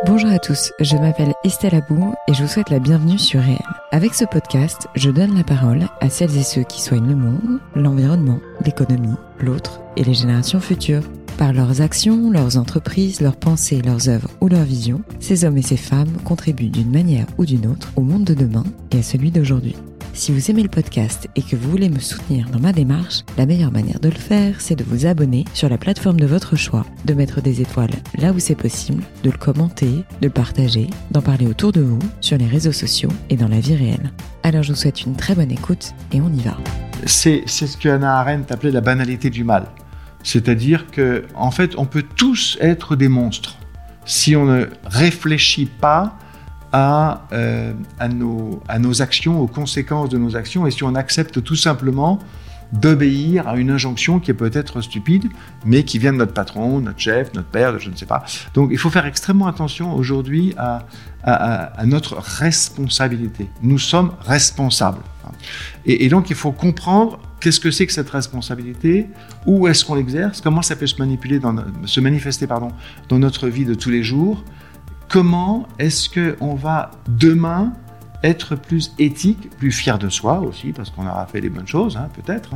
Bonjour à tous, je m'appelle Estelle Abou et je vous souhaite la bienvenue sur Réel. Avec ce podcast, je donne la parole à celles et ceux qui soignent le monde, l'environnement, l'économie, l'autre et les générations futures. Par leurs actions, leurs entreprises, leurs pensées, leurs œuvres ou leurs visions, ces hommes et ces femmes contribuent d'une manière ou d'une autre au monde de demain et à celui d'aujourd'hui. Si vous aimez le podcast et que vous voulez me soutenir dans ma démarche, la meilleure manière de le faire, c'est de vous abonner sur la plateforme de votre choix, de mettre des étoiles là où c'est possible, de le commenter, de le partager, d'en parler autour de vous, sur les réseaux sociaux et dans la vie réelle. Alors je vous souhaite une très bonne écoute et on y va. C'est ce que Hannah Arendt appelait la banalité du mal. C'est-à-dire qu'en fait, on peut tous être des monstres si on ne réfléchit pas à nos actions, aux conséquences de nos actions, et si on accepte tout simplement d'obéir à une injonction qui est peut-être stupide, mais qui vient de notre patron, notre chef, notre père, je ne sais pas. Donc il faut faire extrêmement attention aujourd'hui à notre responsabilité. Nous sommes responsables. Et donc il faut comprendre qu'est-ce que c'est que cette responsabilité, où est-ce qu'on l'exerce, comment ça peut se manifester dans notre vie de tous les jours. Comment est-ce qu'on va demain être plus éthique, plus fier de soi aussi, parce qu'on aura fait les bonnes choses, peut-être.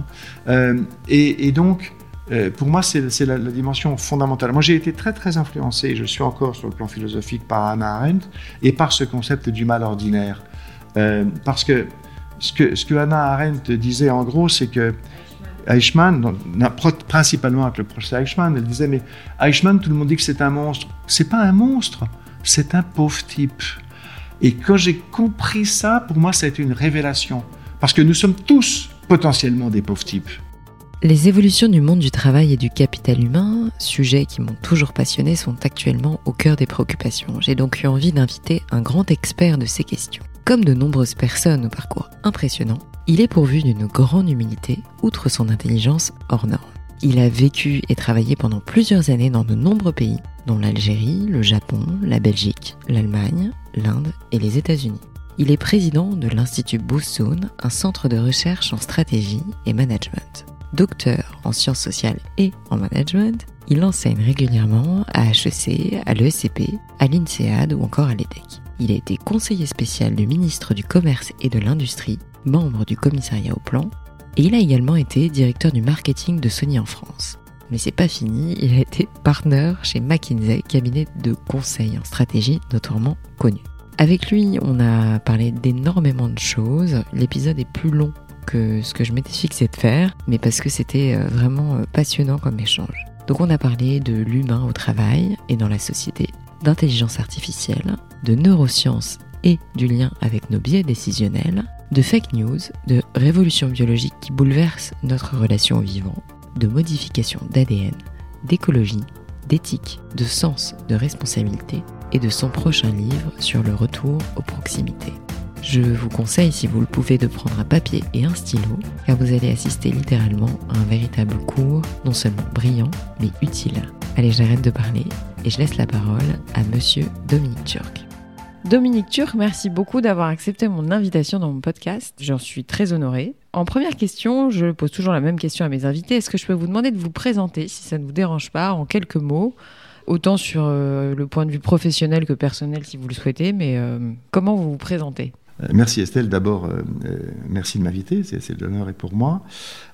Et donc, pour moi, c'est la dimension fondamentale. Moi, j'ai été très, très influencé, je suis encore sur le plan philosophique, par Hannah Arendt et par ce concept du mal ordinaire. Parce que ce que Hannah Arendt disait, en gros, c'est que Eichmann, principalement avec le procès Eichmann, elle disait, mais Eichmann, tout le monde dit que c'est un monstre. C'est pas un monstre. C'est un pauvre type. Et quand j'ai compris ça, pour moi, ça a été une révélation. Parce que nous sommes tous potentiellement des pauvres types. Les évolutions du monde du travail et du capital humain, sujets qui m'ont toujours passionné, sont actuellement au cœur des préoccupations. J'ai donc eu envie d'inviter un grand expert de ces questions. Comme de nombreuses personnes au parcours impressionnant, il est pourvu d'une grande humilité, outre son intelligence hors norme. Il a vécu et travaillé pendant plusieurs années dans de nombreux pays, dont l'Algérie, le Japon, la Belgique, l'Allemagne, l'Inde et les États-Unis. Il est président de l'Institut Boost Zone, un centre de recherche en stratégie et management. Docteur en sciences sociales et en management, il enseigne régulièrement à HEC, à l'ESCP, à l'INSEAD ou encore à l'EDEC. Il a été conseiller spécial du ministre du Commerce et de l'Industrie, membre du commissariat au plan, et il a également été directeur du marketing de Sony en France. Mais c'est pas fini, il a été partner chez McKinsey, cabinet de conseil en stratégie notoirement connu. Avec lui, on a parlé d'énormément de choses. L'épisode est plus long que ce que je m'étais fixé de faire, mais parce que c'était vraiment passionnant comme échange. Donc on a parlé de l'humain au travail et dans la société, d'intelligence artificielle, de neurosciences et du lien avec nos biais décisionnels, de fake news, de révolution biologique qui bouleverse notre relation au vivant, de modification d'ADN, d'écologie, d'éthique, de sens, de responsabilité et de son prochain livre sur le retour aux proximités. Je vous conseille, si vous le pouvez, de prendre un papier et un stylo, car vous allez assister littéralement à un véritable cours, non seulement brillant, mais utile. Allez, j'arrête de parler et je laisse la parole à Monsieur Dominique Turc. Dominique Turc, merci beaucoup d'avoir accepté mon invitation dans mon podcast. J'en suis très honorée. En première question, je pose toujours la même question à mes invités. Est-ce que je peux vous demander de vous présenter, si ça ne vous dérange pas, en quelques mots, autant sur le point de vue professionnel que personnel, si vous le souhaitez, mais comment vous vous présentez ? Merci Estelle, d'abord merci de m'inviter, c'est l'honneur est pour moi.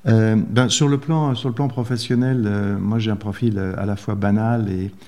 Sur le plan professionnel, moi j'ai un profil à la fois banal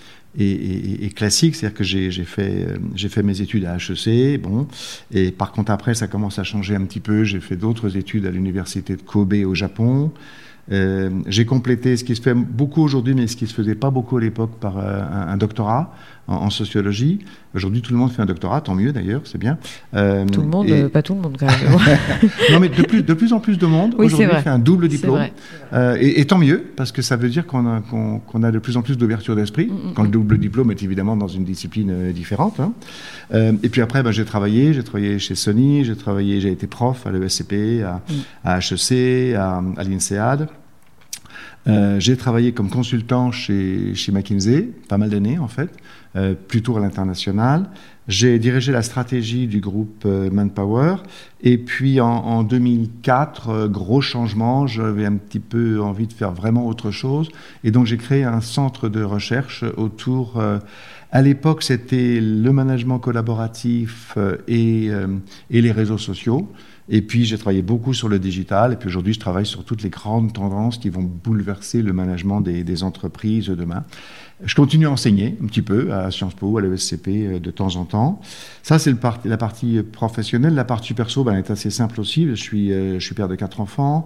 et classique, c'est-à-dire que j'ai fait mes études à HEC, et par contre après ça commence à changer un petit peu, j'ai fait d'autres études à l'université de Kobe au Japon. J'ai complété ce qui se fait beaucoup aujourd'hui, mais ce qui se faisait pas beaucoup à l'époque, par un doctorat en sociologie. Aujourd'hui, tout le monde fait un doctorat, tant mieux d'ailleurs, c'est bien. Tout le monde, pas tout le monde quand même. Non, mais de plus en plus de monde aujourd'hui fait un double diplôme. Et tant mieux, parce que ça veut dire qu'on a de plus en plus d'ouverture d'esprit, quand le double diplôme est évidemment dans une discipline différente. Et puis après, j'ai travaillé chez Sony, j'ai été prof à l'ESCP, à HEC, à l'INSEAD. J'ai travaillé comme consultant chez McKinsey, pas mal d'années en fait, plutôt à l'international. J'ai dirigé la stratégie du groupe Manpower. Et puis en 2004, gros changement, j'avais un petit peu envie de faire vraiment autre chose. Et donc j'ai créé un centre de recherche autour... à l'époque, c'était le management collaboratif et les réseaux sociaux. Et puis, j'ai travaillé beaucoup sur le digital. Et puis, aujourd'hui, je travaille sur toutes les grandes tendances qui vont bouleverser le management des entreprises demain. Je continue à enseigner un petit peu à Sciences Po, à l'ESCP de temps en temps. Ça, c'est la partie professionnelle. La partie perso, elle est assez simple aussi. Je suis père de 4 enfants.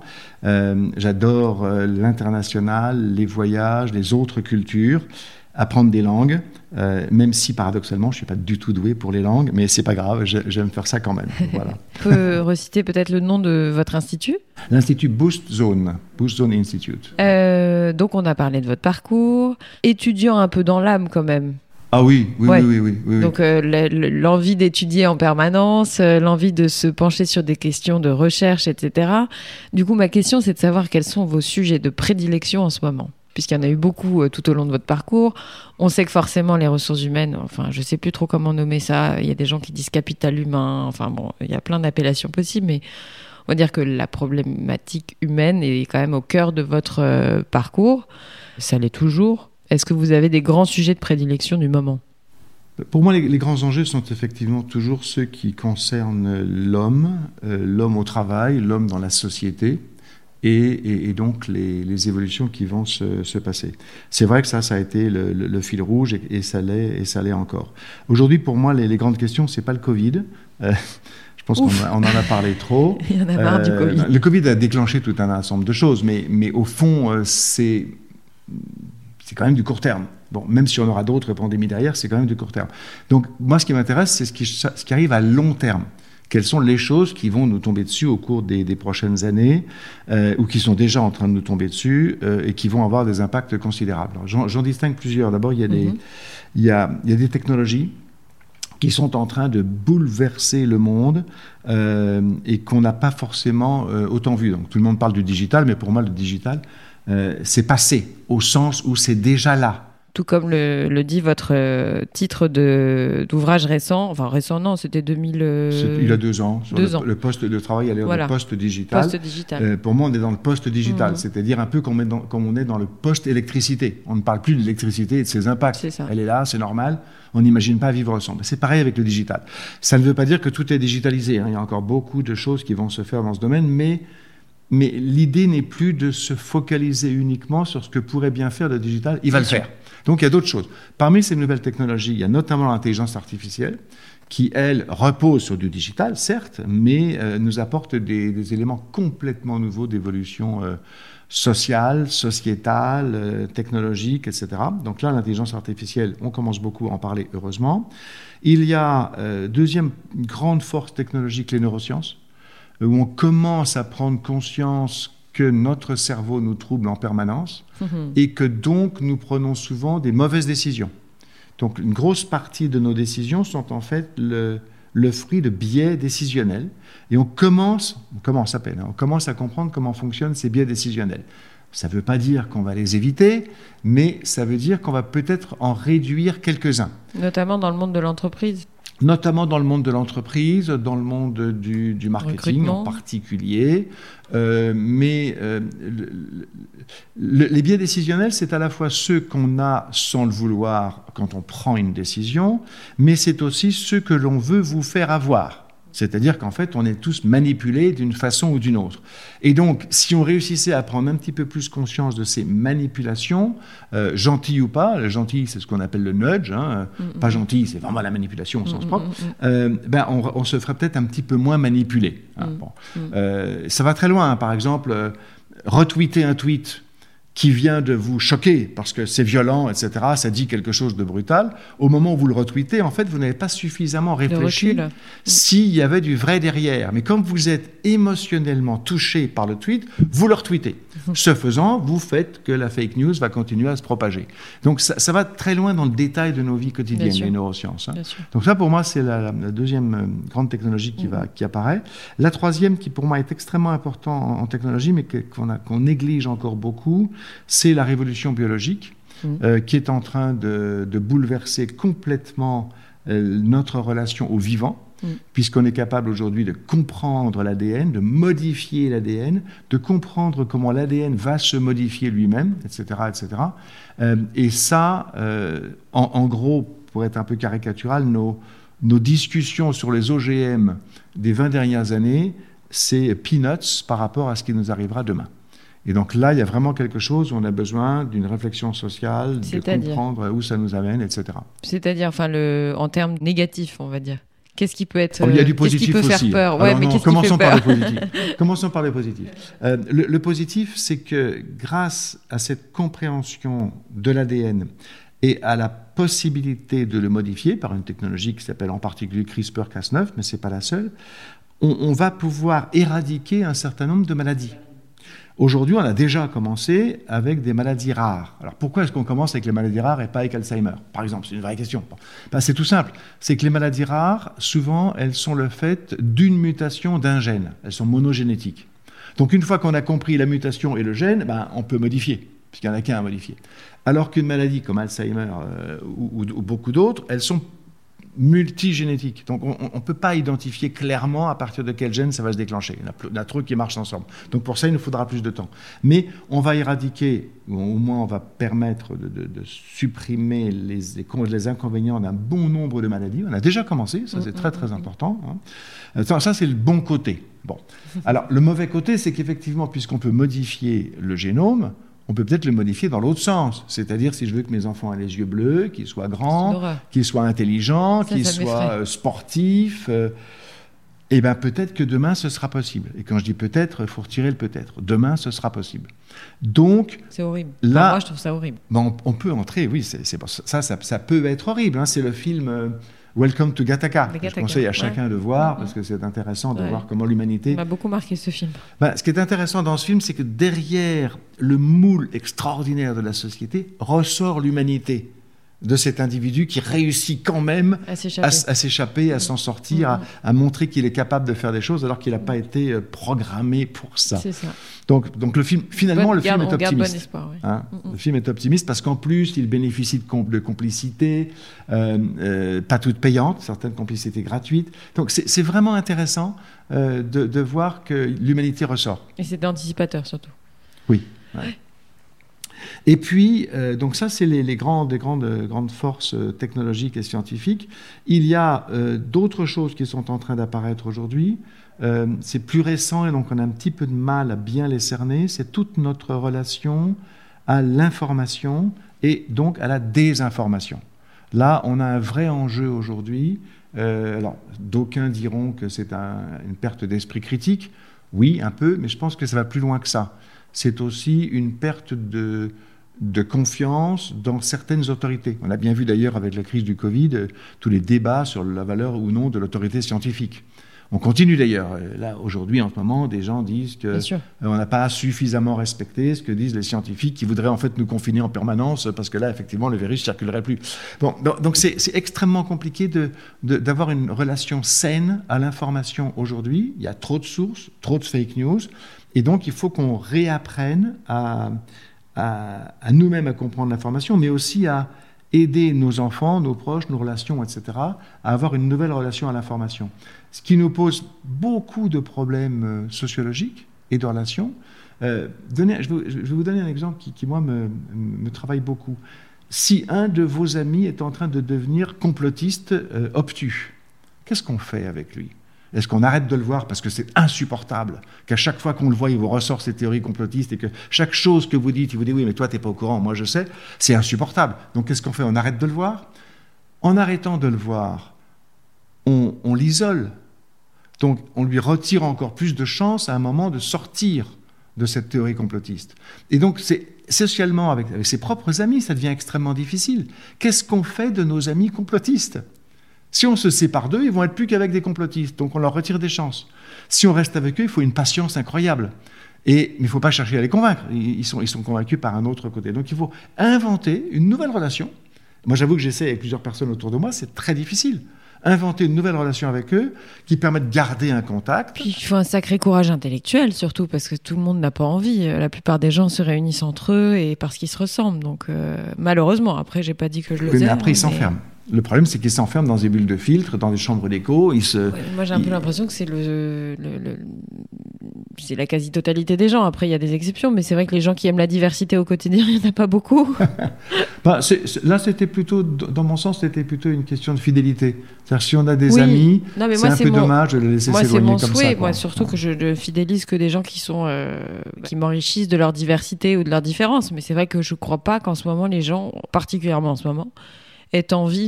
J'adore l'international, les voyages, les autres cultures. Apprendre des langues, même si paradoxalement je ne suis pas du tout doué pour les langues, mais c'est pas grave, j'aime faire ça quand même. Voilà. On peut reciter peut-être le nom de votre institut ? L'Institut Boost Zone Institute. Donc on a parlé de votre parcours, étudiant un peu dans l'âme quand même. Ah oui. Donc l'envie d'étudier en permanence, l'envie de se pencher sur des questions de recherche, etc. Du coup, ma question, c'est de savoir quels sont vos sujets de prédilection en ce moment, puisqu'il y en a eu beaucoup tout au long de votre parcours. On sait que forcément, les ressources humaines, enfin, je ne sais plus trop comment nommer ça. Il y a des gens qui disent capital humain. Enfin bon, il y a plein d'appellations possibles, mais on va dire que la problématique humaine est quand même au cœur de votre parcours. Ça l'est toujours. Est-ce que vous avez des grands sujets de prédilection du moment ? Pour moi, les grands enjeux sont effectivement toujours ceux qui concernent l'homme, l'homme au travail, l'homme dans la société. Et donc les évolutions qui vont se passer. C'est vrai que ça a été le fil rouge et ça l'est encore. Aujourd'hui, pour moi, les grandes questions, c'est pas le Covid. Je pense qu'on en a parlé trop. Il y en a marre du Covid. Le Covid a déclenché tout un ensemble de choses, mais au fond, c'est quand même du court terme. Bon, même si on aura d'autres pandémies derrière, c'est quand même du court terme. Donc, moi, ce qui m'intéresse, c'est ce qui arrive à long terme. Quelles sont les choses qui vont nous tomber dessus au cours des prochaines années ou qui sont déjà en train de nous tomber dessus et qui vont avoir des impacts considérables. J'en distingue plusieurs. D'abord, il y a des technologies qui sont en train de bouleverser le monde et qu'on n'a pas forcément autant vu. Donc, tout le monde parle du digital, mais pour moi, le digital, c'est passé au sens où c'est déjà là. Tout comme le dit votre titre d'ouvrage récent, enfin récent non, c'était 2000... Il a 2 ans. Sur 2 ans. Le poste de travail, il est voilà. Le post-digital. Post-digital. Pour moi, on est dans le post-digital, c'est-à-dire un peu comme on est dans le post-électricité. On ne parle plus de l'électricité et de ses impacts. C'est ça. Elle est là, c'est normal. On n'imagine pas vivre sans. C'est pareil avec le digital. Ça ne veut pas dire que tout est digitalisé. Il y a encore beaucoup de choses qui vont se faire dans ce domaine, mais l'idée n'est plus de se focaliser uniquement sur ce que pourrait bien faire le digital. Il va le faire. Donc, il y a d'autres choses. Parmi ces nouvelles technologies, il y a notamment l'intelligence artificielle qui, elle, repose sur du digital, certes, mais nous apporte des éléments complètement nouveaux d'évolution sociale, sociétale, technologique, etc. Donc là, l'intelligence artificielle, on commence beaucoup à en parler, heureusement. Il y a, deuxième grande force technologique, les neurosciences, où on commence à prendre conscience que notre cerveau nous trouble en permanence et que donc nous prenons souvent des mauvaises décisions. Donc une grosse partie de nos décisions sont en fait le fruit de biais décisionnels et on commence à peine, on commence à comprendre comment fonctionnent ces biais décisionnels. Ça ne veut pas dire qu'on va les éviter, mais ça veut dire qu'on va peut-être en réduire quelques-uns. Notamment dans le monde de l'entreprise. Notamment dans le monde de l'entreprise, dans le monde du marketing recrutement. En particulier. Les biais décisionnels, c'est à la fois ceux qu'on a sans le vouloir quand on prend une décision, mais c'est aussi ceux que l'on veut vous faire avoir. C'est-à-dire qu'en fait, on est tous manipulés d'une façon ou d'une autre. Et donc, si on réussissait à prendre un petit peu plus conscience de ces manipulations, gentilles ou pas, le gentil, c'est ce qu'on appelle le nudge, pas gentil, c'est vraiment la manipulation au sens propre, on se ferait peut-être un petit peu moins manipuler. Ça va très loin, par exemple, retweeter un tweet qui vient de vous choquer parce que c'est violent, etc., ça dit quelque chose de brutal, au moment où vous le retweetez, en fait, vous n'avez pas suffisamment réfléchi s'il y avait du vrai derrière. Mais comme vous êtes émotionnellement touché par le tweet, vous le retweetez. Ce faisant, vous faites que la fake news va continuer à se propager. Donc ça va très loin dans le détail de nos vies quotidiennes, les neurosciences. Donc ça, pour moi, c'est la deuxième grande technologie qui apparaît. La troisième, qui pour moi est extrêmement importante en technologie, mais qu'on néglige encore beaucoup, c'est la révolution biologique qui est en train de bouleverser complètement notre relation au vivant, puisqu'on est capable aujourd'hui de comprendre l'ADN, de modifier l'ADN, de comprendre comment l'ADN va se modifier lui-même, etc. etc. Et ça, en gros, pour être un peu caricatural, nos discussions sur les OGM des 20 dernières années, c'est peanuts par rapport à ce qui nous arrivera demain. Et donc là, il y a vraiment quelque chose où on a besoin d'une réflexion sociale, de comprendre où ça nous amène, etc. C'est-à-dire, en termes négatifs, on va dire. Qu'est-ce qui peut être, il y a du positif qu'est-ce qui peut aussi. faire peur? Ouais, mais commençons par le positif. Commençons par le positif. Le positif, c'est que grâce à cette compréhension de l'ADN et à la possibilité de le modifier par une technologie qui s'appelle en particulier CRISPR-Cas9, mais ce n'est pas la seule, on va pouvoir éradiquer un certain nombre de maladies. Aujourd'hui, on a déjà commencé avec des maladies rares. Alors pourquoi est-ce qu'on commence avec les maladies rares et pas avec Alzheimer, par exemple? C'est une vraie question. Ben, c'est tout simple. C'est que les maladies rares, souvent, elles sont le fait d'une mutation d'un gène. Elles sont monogénétiques. Donc une fois qu'on a compris la mutation et le gène, ben, on peut modifier, puisqu'il n'y en a qu'un à modifier. Alors qu'une maladie comme Alzheimer ou beaucoup d'autres, elles sont multigénétique. Donc on ne peut pas identifier clairement à partir de quel gène ça va se déclencher. Il y en a trop qui marchent ensemble. Donc pour ça, il nous faudra plus de temps. Mais on va éradiquer, ou au moins on va permettre de supprimer les inconvénients d'un bon nombre de maladies. On a déjà commencé, ça c'est très très important. Ça c'est le bon côté. Bon. Alors le mauvais côté, c'est qu'effectivement, puisqu'on peut modifier le génome, on peut peut-être le modifier dans l'autre sens. C'est-à-dire, si je veux que mes enfants aient les yeux bleus, qu'ils soient grands, qu'ils soient intelligents, qu'ils soient sportifs, eh bien, peut-être que demain, ce sera possible. Et quand je dis peut-être, il faut retirer le peut-être. Demain, ce sera possible. Donc, c'est horrible. Là, moi, je trouve ça horrible. Ben, on peut entrer, oui, ça peut être horrible. Hein, c'est le film... Welcome to Gattaca. Je conseille à chacun de voir, parce que c'est intéressant de voir comment l'humanité... Il m'a beaucoup marqué ce film. Ce qui est intéressant dans ce film, c'est que derrière le moule extraordinaire de la société, ressort l'humanité de cet individu qui réussit quand même à s'échapper, à s'en sortir, à montrer qu'il est capable de faire des choses alors qu'il n'a pas été programmé pour ça. C'est ça. Donc le film, finalement, le film est optimiste. Garde bon espoir, oui. Le film est optimiste parce qu'en plus, il bénéficie de complicités, pas toutes payantes, certaines complicités gratuites. Donc c'est vraiment intéressant de voir que l'humanité ressort. Et c'est anticipateur surtout. Oui. Ouais. Et puis, donc ça, c'est les grandes forces technologiques et scientifiques. Il y a d'autres choses qui sont en train d'apparaître aujourd'hui. C'est plus récent et donc on a un petit peu de mal à bien les cerner. C'est toute notre relation à l'information et donc à la désinformation. Là, on a un vrai enjeu aujourd'hui. Alors, d'aucuns diront que c'est une perte d'esprit critique. Oui, un peu, mais je pense que ça va plus loin que ça. C'est aussi une perte de confiance dans certaines autorités. On a bien vu d'ailleurs avec la crise du Covid, tous les débats sur la valeur ou non de l'autorité scientifique. On continue d'ailleurs. Là, aujourd'hui, en ce moment, des gens disent qu'on n'a pas suffisamment respecté ce que disent les scientifiques qui voudraient en fait nous confiner en permanence parce que là, effectivement, le virus ne circulerait plus. Bon, donc c'est extrêmement compliqué d'avoir une relation saine à l'information aujourd'hui. Il y a trop de sources, trop de fake news. Et donc, il faut qu'on réapprenne à nous-mêmes à comprendre l'information, mais aussi à aider nos enfants, nos proches, nos relations, etc., à avoir une nouvelle relation à l'information. Ce qui nous pose beaucoup de problèmes sociologiques et de relations. Je vais vous donner un exemple qui moi, me travaille beaucoup. Si un de vos amis est en train de devenir complotiste obtus, qu'est-ce qu'on fait avec lui ? Est-ce qu'on arrête de le voir parce que c'est insupportable qu'à chaque fois qu'on le voit, il vous ressort ces théories complotistes et que chaque chose que vous dites, il vous dit « oui, mais toi, tu n'es pas au courant, moi je sais », c'est insupportable. Donc qu'est-ce qu'on fait ? On arrête de le voir ? En arrêtant de le voir, on l'isole. Donc on lui retire encore plus de chance à un moment de sortir de cette théorie complotiste. Et donc c'est socialement, avec ses propres amis, ça devient extrêmement difficile. Qu'est-ce qu'on fait de nos amis complotistes ? Si on se sépare d'eux, ils vont être plus qu'avec des complotistes, donc on leur retire des chances. Si on reste avec eux, il faut une patience incroyable. Mais il ne faut pas chercher à les convaincre, ils sont convaincus par un autre côté. Donc il faut inventer une nouvelle relation. Moi j'avoue que j'essaie avec plusieurs personnes autour de moi, c'est très difficile. inventer une nouvelle relation avec eux qui permet de garder un contact. Puis il faut un sacré courage intellectuel, surtout parce que tout le monde n'a pas envie. La plupart des gens se réunissent entre eux et parce qu'ils se ressemblent. Donc malheureusement, après, j'ai pas dit que je le faisais. Mais après, ils s'enferment. Le problème, c'est qu'ils s'enferment dans des bulles de filtre, dans des chambres d'écho. Moi, j'ai un peu l'impression que c'est c'est la quasi-totalité des gens. Après, il y a des exceptions, mais c'est vrai que les gens qui aiment la diversité au quotidien, il n'y en a pas beaucoup. Là, c'était plutôt, dans mon sens, c'était plutôt une question de fidélité. C'est-à-dire, si on a des amis, c'est un peu dommage de les laisser s'éloigner comme ça. Moi, c'est mon souhait. Moi, surtout que je ne fidélise que des gens qui m'enrichissent de leur diversité ou de leur différence. Mais c'est vrai que je ne crois pas qu'en ce moment, les gens, particulièrement en ce moment, aient envie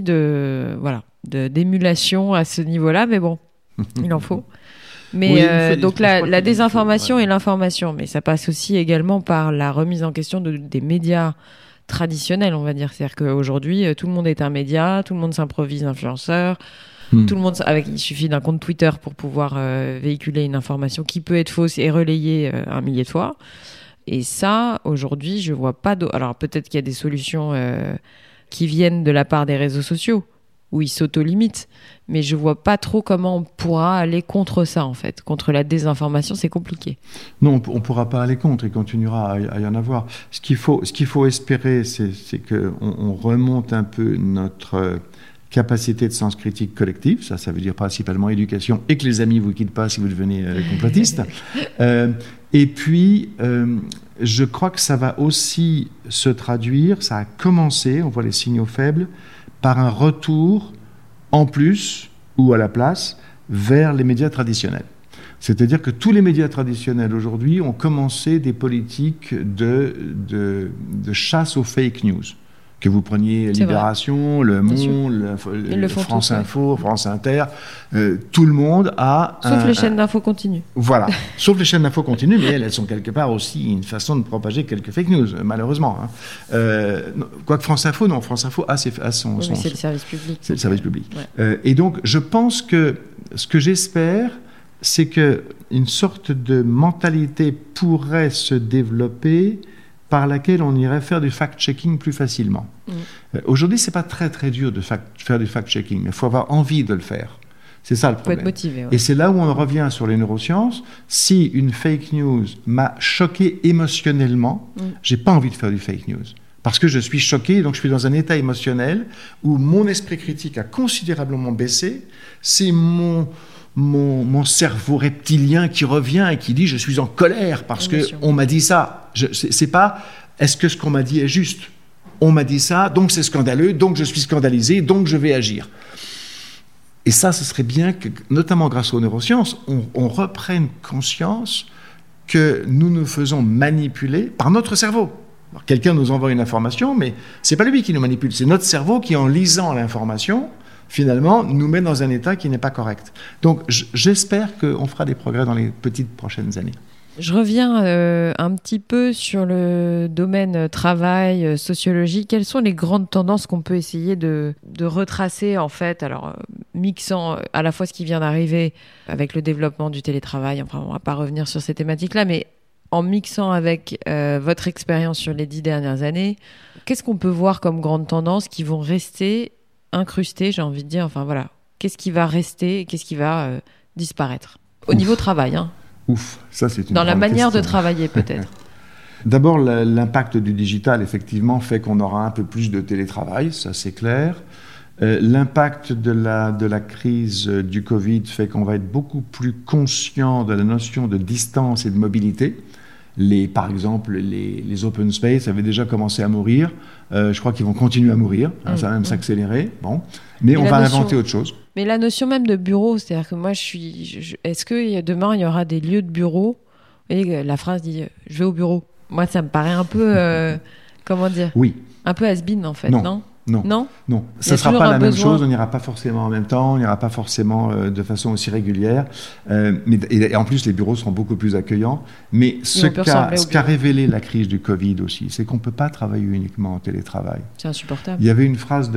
d'émulation à ce niveau-là. Mais bon, il en faut. Mais donc la désinformation et l'information, mais ça passe aussi également par la remise en question des médias traditionnels, on va dire. C'est-à-dire qu'aujourd'hui, tout le monde est un média, tout le monde s'improvise influenceur, tout le monde, il suffit d'un compte Twitter pour pouvoir véhiculer une information qui peut être fausse et relayée 1 millier de fois. Et ça, aujourd'hui, je vois pas Alors peut-être qu'il y a des solutions qui viennent de la part des réseaux sociaux, où ils s'auto-limitent. Mais je vois pas trop comment on pourra aller contre ça, en fait. Contre la désinformation, c'est compliqué. Non, on pourra pas aller contre, il continuera à y en avoir. Ce qu'il faut espérer, c'est qu'on remonte un peu notre capacité de sens critique collective. Ça veut dire principalement éducation, et que les amis vous quittent pas si vous devenez complotiste. Et puis, je crois que ça va aussi se traduire, ça a commencé, on voit les signaux faibles, par un retour en plus ou à la place vers les médias traditionnels. C'est-à-dire que tous les médias traditionnels aujourd'hui ont commencé des politiques de chasse aux fake news. Que vous preniez Libération, Le Monde, France Info, France Inter, tout le monde a... Sauf les chaînes d'infos continues. Voilà, sauf les chaînes d'infos continues, mais elles sont quelque part aussi une façon de propager quelques fake news, malheureusement. Quoique France Info a son... Oui, c'est le service public. C'est le service public. Ouais. Et donc, je pense que ce que j'espère, c'est qu'une sorte de mentalité pourrait se développer par laquelle on irait faire du fact-checking plus facilement. Aujourd'hui, c'est pas très très dur de faire du fact-checking, mais il faut avoir envie de le faire. C'est ça le problème. Il faut être motivé. Ouais. Et c'est là où on revient sur les neurosciences. Si une fake news m'a choqué émotionnellement, j'ai pas envie de faire du fake news. Parce que je suis choqué, donc je suis dans un état émotionnel où mon esprit critique a considérablement baissé. C'est mon cerveau reptilien qui revient et qui dit « je suis en colère parce qu'on m'a dit ça ». C'est pas « est-ce que ce qu'on m'a dit est juste ?» On m'a dit ça, donc c'est scandaleux, donc je suis scandalisé, donc je vais agir. Et ça, ce serait bien que, notamment grâce aux neurosciences, on reprenne conscience que nous nous faisons manipuler par notre cerveau. Alors, quelqu'un nous envoie une information, mais c'est pas lui qui nous manipule, c'est notre cerveau qui, en lisant l'information, finalement, nous met dans un état qui n'est pas correct. Donc, j'espère qu'on fera des progrès dans les petites prochaines années. Je reviens un petit peu sur le domaine travail, sociologie. Quelles sont les grandes tendances qu'on peut essayer de retracer, en fait, alors mixant à la fois ce qui vient d'arriver avec le développement du télétravail, enfin, on ne va pas revenir sur ces thématiques-là, mais en mixant avec votre expérience sur les 10 dernières années, qu'est-ce qu'on peut voir comme grandes tendances qui vont rester incrustées, j'ai envie de dire, enfin voilà, qu'est-ce qui va rester et qu'est-ce qui va disparaître au niveau travail, hein. Ouf, ça c'est une dans la manière question. De travailler peut-être. D'abord, l'impact du digital, effectivement, fait qu'on aura un peu plus de télétravail, ça c'est clair. L'impact de la crise du Covid fait qu'on va être beaucoup plus conscient de la notion de distance et de mobilité. Par exemple, les open space avaient déjà commencé à mourir. Je crois qu'ils vont continuer à mourir. Ça va même s'accélérer. Bon. Mais on va inventer autre chose. Mais la notion même de bureau, c'est-à-dire que moi, est-ce que demain, il y aura des lieux de bureau ? Et la phrase dit « je vais au bureau ». Moi, ça me paraît un peu, comment dire ? Oui. Un peu has-been, en fait, non ? Non. Ça ne sera pas la même chose, on n'ira pas forcément en même temps, on n'ira pas forcément de façon aussi régulière. Et en plus, les bureaux seront beaucoup plus accueillants. Mais ce qu'a révélé la crise du Covid aussi, c'est qu'on ne peut pas travailler uniquement en télétravail. C'est insupportable. Il y avait une phrase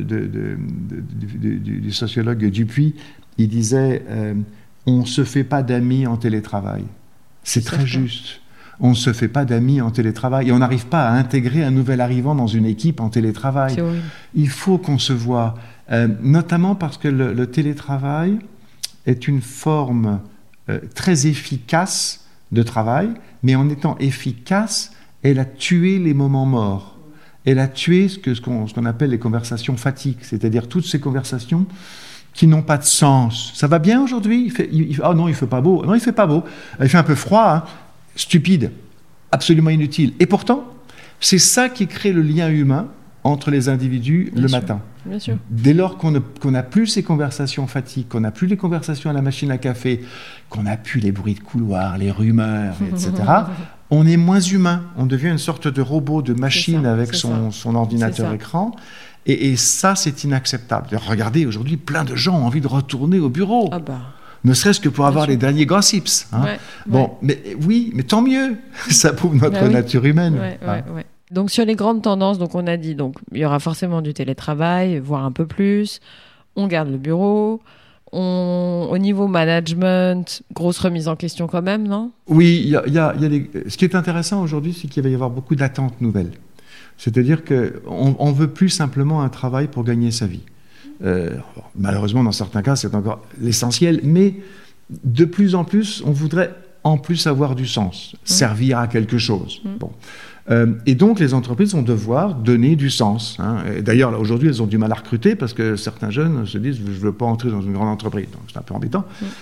du sociologue Dupuis, il disait « on ne se fait pas d'amis en télétravail ». C'est très juste. On ne se fait pas d'amis en télétravail et on n'arrive pas à intégrer un nouvel arrivant dans une équipe en télétravail. C'est horrible. Il faut qu'on se voit, notamment parce que le télétravail est une forme très efficace de travail, mais en étant efficace, elle a tué les moments morts. Elle a tué ce qu'on appelle les conversations fatigue, c'est-à-dire toutes ces conversations qui n'ont pas de sens. Ça va bien aujourd'hui ? Oh non, il ne fait pas beau. Non, il ne fait pas beau. Il fait un peu froid, hein. Stupide, absolument inutile. Et pourtant, c'est ça qui crée le lien humain entre les individus le matin. Bien sûr. Dès lors qu'on n'a plus ces conversations fatigue, qu'on n'a plus les conversations à la machine à café, qu'on n'a plus les bruits de couloir, les rumeurs, etc., on est moins humain. On devient une sorte de robot, de machine avec son ordinateur écran. Et ça, c'est inacceptable. Regardez, aujourd'hui, plein de gens ont envie de retourner au bureau. Ah bah. Ne serait-ce que pour avoir les derniers gossips. Hein. Bon, mais oui, mais tant mieux. Ça prouve notre nature humaine. Donc sur les grandes tendances, donc on a dit, donc il y aura forcément du télétravail, voire un peu plus. On garde le bureau. Au niveau management, grosse remise en question quand même, non ? Oui, ce qui est intéressant aujourd'hui, c'est qu'il va y avoir beaucoup d'attentes nouvelles. C'est-à-dire qu'on ne veut plus simplement un travail pour gagner sa vie. Malheureusement, dans certains cas, c'est encore l'essentiel, mais de plus en plus, on voudrait en plus avoir du sens, servir à quelque chose. Bon. Et donc, les entreprises vont devoir donner du sens. Hein. D'ailleurs, là, aujourd'hui, elles ont du mal à recruter parce que certains jeunes se disent « je ne veux pas entrer dans une grande entreprise ». Donc, c'est un peu embêtant,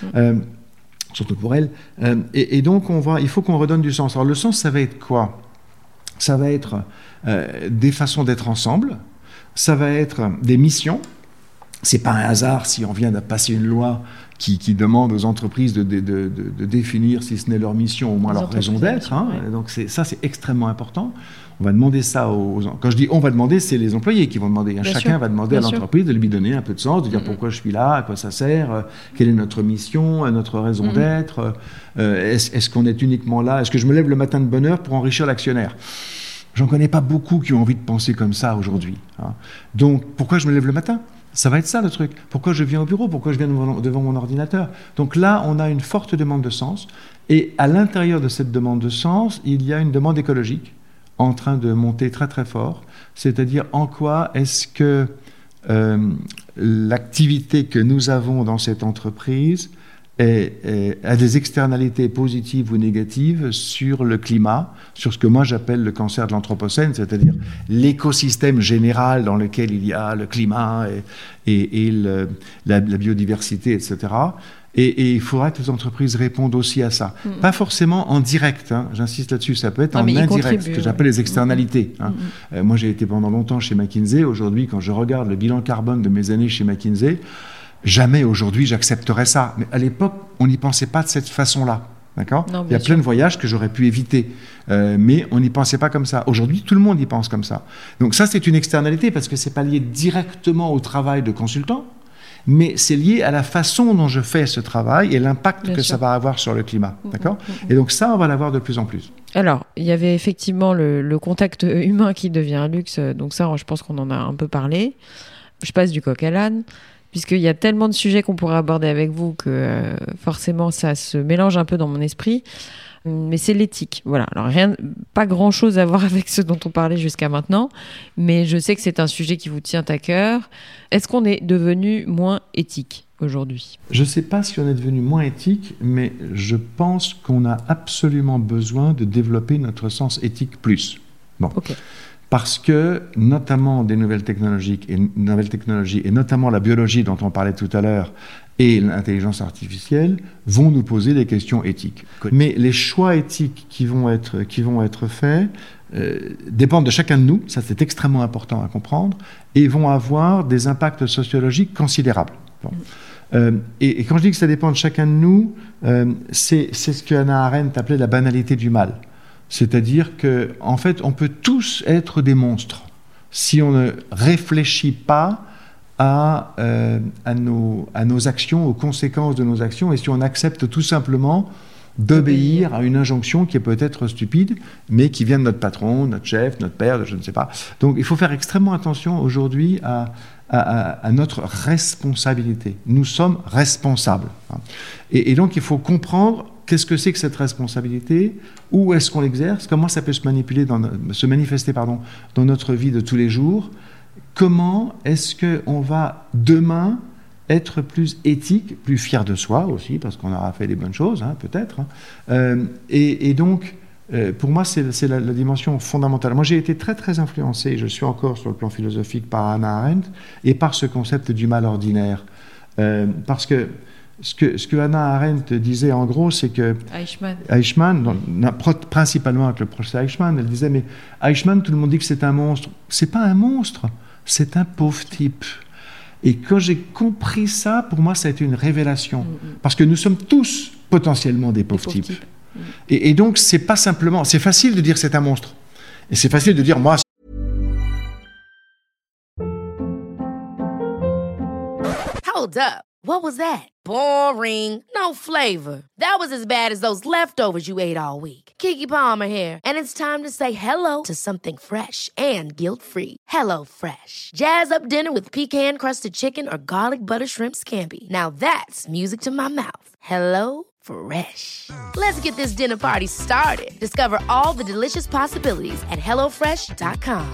surtout pour elles. Et donc, il faut qu'on redonne du sens. Alors, le sens, ça va être quoi ? Ça va être des façons d'être ensemble, ça va être des missions. C'est pas un hasard si on vient de passer une loi qui demande aux entreprises de définir, si ce n'est leur mission, au moins leur raison d'être. Hein. Donc ça, c'est extrêmement important. On va demander ça quand je dis on va demander, c'est les employés qui vont demander. Chacun va demander à l'entreprise de lui donner un peu de sens, de dire pourquoi je suis là, à quoi ça sert, quelle est notre mission, notre raison d'être, est-ce qu'on est uniquement là, est-ce que je me lève le matin de bonne heure pour enrichir l'actionnaire ? J'en connais pas beaucoup qui ont envie de penser comme ça aujourd'hui. Hein. Donc pourquoi je me lève le matin ? Ça va être ça le truc. Pourquoi je viens au bureau ? Pourquoi je viens devant mon ordinateur ? Donc là, on a une forte demande de sens. Et à l'intérieur de cette demande de sens, il y a une demande écologique en train de monter très très fort. C'est-à-dire en quoi est-ce que l'activité que nous avons dans cette entreprise a des externalités positives ou négatives sur le climat, sur ce que moi j'appelle le cancer de l'anthropocène, c'est-à-dire l'écosystème général dans lequel il y a le climat et la biodiversité, etc. Et il faudra que les entreprises répondent aussi à ça. Pas forcément en direct, hein, j'insiste là-dessus, ça peut être en indirect, ce que j'appelle les externalités. Hein. Moi j'ai été pendant longtemps chez McKinsey, aujourd'hui quand je regarde le bilan carbone de mes années chez McKinsey, jamais aujourd'hui j'accepterais ça. Mais à l'époque, on n'y pensait pas de cette façon-là. D'accord ? Il y a plein de voyages que j'aurais pu éviter. Mais on n'y pensait pas comme ça. Aujourd'hui, tout le monde y pense comme ça. Donc ça, c'est une externalité parce que ce n'est pas lié directement au travail de consultant, mais c'est lié à la façon dont je fais ce travail et l'impact ça va avoir sur le climat. D'accord ? Et donc ça, on va l'avoir de plus en plus. Alors, il y avait effectivement le contact humain qui devient un luxe. Donc ça, je pense qu'on en a un peu parlé. Je passe du coq à l'âne. Puisqu'il y a tellement de sujets qu'on pourrait aborder avec vous que forcément ça se mélange un peu dans mon esprit. Mais c'est l'éthique. Voilà. Alors pas grand-chose à voir avec ce dont on parlait jusqu'à maintenant, mais je sais que c'est un sujet qui vous tient à cœur. Est-ce qu'on est devenu moins éthique aujourd'hui ? Je ne sais pas si on est devenu moins éthique, mais je pense qu'on a absolument besoin de développer notre sens éthique plus. Bon. Okay. Parce que, notamment des nouvelles technologies, et notamment la biologie dont on parlait tout à l'heure, et l'intelligence artificielle, vont nous poser des questions éthiques. Mais les choix éthiques qui vont être faits dépendent de chacun de nous, ça c'est extrêmement important à comprendre, et vont avoir des impacts sociologiques considérables. Bon. Et quand je dis que ça dépend de chacun de nous, c'est ce que Hannah Arendt appelait la banalité du mal. C'est-à-dire qu'en fait, on peut tous être des monstres si on ne réfléchit pas à nos actions, aux conséquences de nos actions, et si on accepte tout simplement d'obéir à une injonction qui est peut-être stupide, mais qui vient de notre patron, notre chef, notre père, je ne sais pas. Donc il faut faire extrêmement attention aujourd'hui à notre responsabilité. Nous sommes responsables. Et donc il faut comprendre qu'est-ce que c'est que cette responsabilité? Où est-ce qu'on l'exerce? Comment ça peut se manifester dans notre vie de tous les jours? Comment est-ce qu'on va demain être plus éthique, plus fier de soi aussi, parce qu'on aura fait des bonnes choses, peut-être. Et donc, pour moi, c'est la dimension fondamentale. Moi, j'ai été très, très influencé, je suis encore sur le plan philosophique, par Hannah Arendt et par ce concept du mal ordinaire. Parce que ce que Hannah Arendt disait, en gros, c'est que... Eichmann, principalement avec le procès Eichmann, elle disait, mais Eichmann, tout le monde dit que c'est un monstre. C'est pas un monstre, c'est un pauvre type. Et quand j'ai compris ça, pour moi, ça a été une révélation. Parce que nous sommes tous potentiellement des pauvres types. Et donc, c'est pas simplement... C'est facile de dire que c'est un monstre. Et c'est facile de dire, moi... Hold up. What was that? Boring. No flavor. That was as bad as those leftovers you ate all week. Keke Palmer here. And it's time to say hello to something fresh and guilt-free. Hello Fresh. Jazz up dinner with pecan-crusted chicken or garlic butter shrimp scampi. Now that's music to my mouth. Hello Fresh. Let's get this dinner party started. Discover all the delicious possibilities at HelloFresh.com.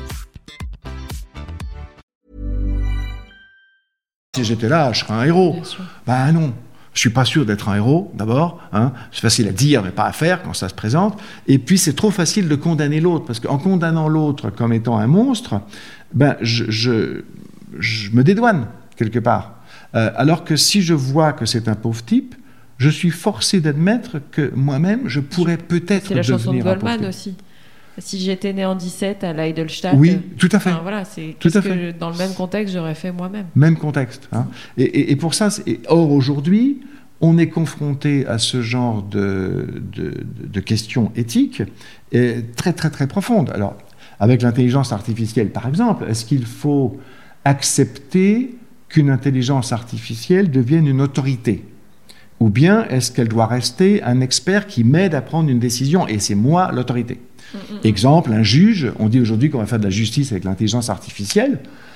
Si j'étais là, je serais un héros. Ben non, je suis pas sûr d'être un héros, d'abord. C'est facile à dire, mais pas à faire quand ça se présente. Et puis, c'est trop facile de condamner l'autre, parce qu'en condamnant l'autre comme étant un monstre, ben, je me dédouane, quelque part. Alors que si je vois que c'est un pauvre type, je suis forcé d'admettre que moi-même, je pourrais peut-être devenir un pauvre type. C'est la chanson de Goldman aussi. Si j'étais né en 17 à l'Eidelstadt... Oui, tout à fait. Voilà, c'est tout à fait. Que dans le même contexte, j'aurais fait moi-même. Même contexte. Et pour ça... Or, aujourd'hui, on est confronté à ce genre de questions éthiques très, très, très profondes. Alors, avec l'intelligence artificielle, par exemple, est-ce qu'il faut accepter qu'une intelligence artificielle devienne une autorité ? Ou bien est-ce qu'elle doit rester un expert qui m'aide à prendre une décision, et c'est moi l'autorité ? Exemple, un juge, on dit aujourd'hui qu'on va faire de la justice avec l'intelligence artificielle.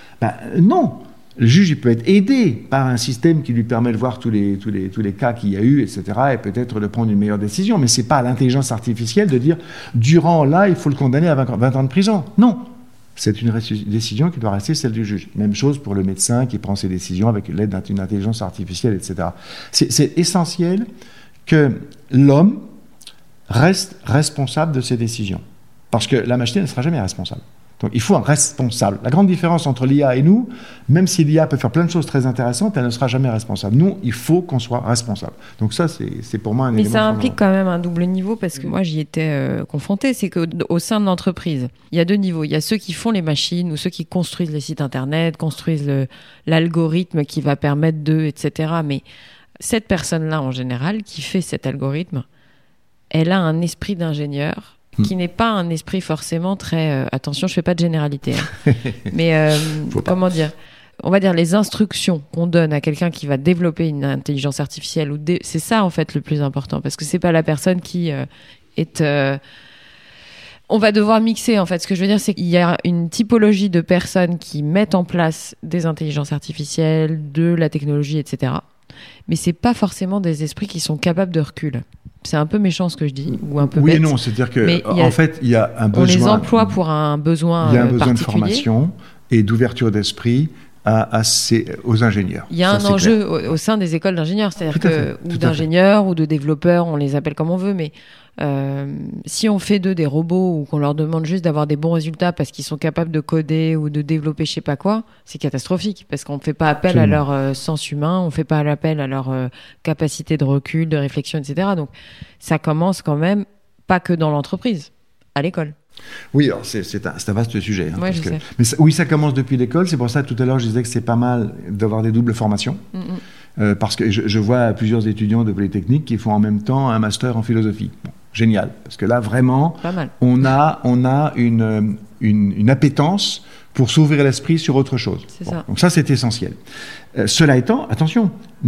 Non, le juge il peut être aidé par un système qui lui permet de voir tous les cas qu'il y a eu, etc., et peut-être de prendre une meilleure décision. Mais ce n'est pas à l'intelligence artificielle de dire, durant là, il faut le condamner à 20 ans de prison. Non, c'est une décision qui doit rester celle du juge. Même chose pour le médecin qui prend ses décisions avec l'aide d'une intelligence artificielle, etc. C'est essentiel que l'homme reste responsable de ses décisions. Parce que la machine ne sera jamais responsable. Donc il faut un responsable. La grande différence entre l'IA et nous, même si l'IA peut faire plein de choses très intéressantes, elle ne sera jamais responsable. Nous, il faut qu'on soit responsable. Donc ça, c'est pour moi un élément. Mais ça implique quand même un double niveau, parce que moi, j'y étais confrontée. C'est qu'au sein de l'entreprise, il y a deux niveaux. Il y a ceux qui font les machines ou ceux qui construisent les sites Internet, construisent l'algorithme qui va permettre etc. Mais cette personne-là, en général, qui fait cet algorithme, elle a un esprit d'ingénieur qui n'est pas un esprit forcément très... attention, je ne fais pas de généralité. Mais comment dire ? On va dire les instructions qu'on donne à quelqu'un qui va développer une intelligence artificielle, c'est ça en fait le plus important, parce que ce n'est pas la personne qui est... On va devoir mixer en fait. Ce que je veux dire, c'est qu'il y a une typologie de personnes qui mettent en place des intelligences artificielles, de la technologie, etc. Mais c'est pas forcément des esprits qui sont capables de recul. C'est un peu méchant ce que je dis, ou un peu bête. Oui et non, c'est-à-dire qu'en fait, il y a un besoin... On les emploie pour un besoin particulier. Il y a un besoin de formation et d'ouverture d'esprit aux ingénieurs. Il y a un enjeu au sein des écoles d'ingénieurs, c'est-à-dire ou d'ingénieurs ou de développeurs, on les appelle comme on veut, mais si on fait d'eux des robots ou qu'on leur demande juste d'avoir des bons résultats parce qu'ils sont capables de coder ou de développer je sais pas quoi, c'est catastrophique, parce qu'on ne fait pas appel à leur sens humain, on ne fait pas appel à leur capacité de recul, de réflexion, etc. Donc ça commence quand même pas que dans l'entreprise, à l'école. Oui, alors c'est un vaste sujet. Ouais, je sais. Mais ça commence depuis l'école. C'est pour ça tout à l'heure je disais que c'est pas mal d'avoir des doubles formations. Parce que je vois plusieurs étudiants de Polytechnique qui font en même temps un master en philosophie. Bon, génial, parce que là vraiment, on a une appétence pour s'ouvrir l'esprit sur autre chose. Donc ça, c'est essentiel. Cela étant, attention,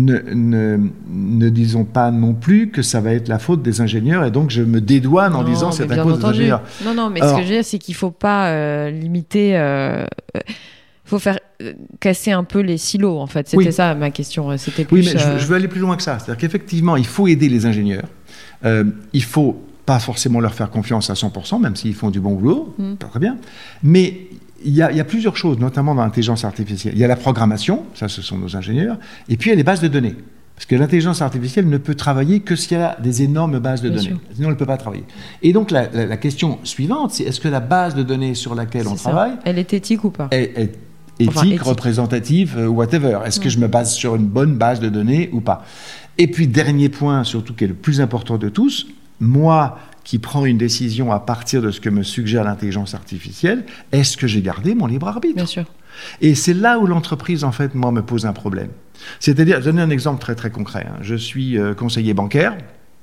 ne disons pas non plus que ça va être la faute des ingénieurs, et donc je me dédouane en disant c'est à cause des ingénieurs. Non, mais ce que je veux dire, c'est qu'il ne faut pas limiter... Il faut faire casser un peu les silos, en fait. C'était ça ma question. C'était plus, oui, mais je veux aller plus loin que ça. C'est-à-dire qu'effectivement, il faut aider les ingénieurs. Il faut pas forcément leur faire confiance à 100%, même s'ils font du bon boulot, pas très bien. Mais il y a plusieurs choses, notamment dans l'intelligence artificielle. Il y a la programmation, ça ce sont nos ingénieurs, et puis il y a les bases de données. Parce que l'intelligence artificielle ne peut travailler que s'il y a des énormes bases de données. Sinon, elle ne peut pas travailler. Et donc, la question suivante, c'est est-ce que la base de données sur laquelle on travaille... Elle est éthique ou pas ? Éthique, représentative, whatever. Est-ce que je me base sur une bonne base de données ou pas ? Et puis, dernier point, surtout qui est le plus important de tous, moi qui prends une décision à partir de ce que me suggère l'intelligence artificielle, est-ce que j'ai gardé mon libre arbitre ? Bien sûr. Et c'est là où l'entreprise, en fait, moi, me pose un problème. C'est-à-dire, je vais donner un exemple très, très concret. Je suis conseiller bancaire.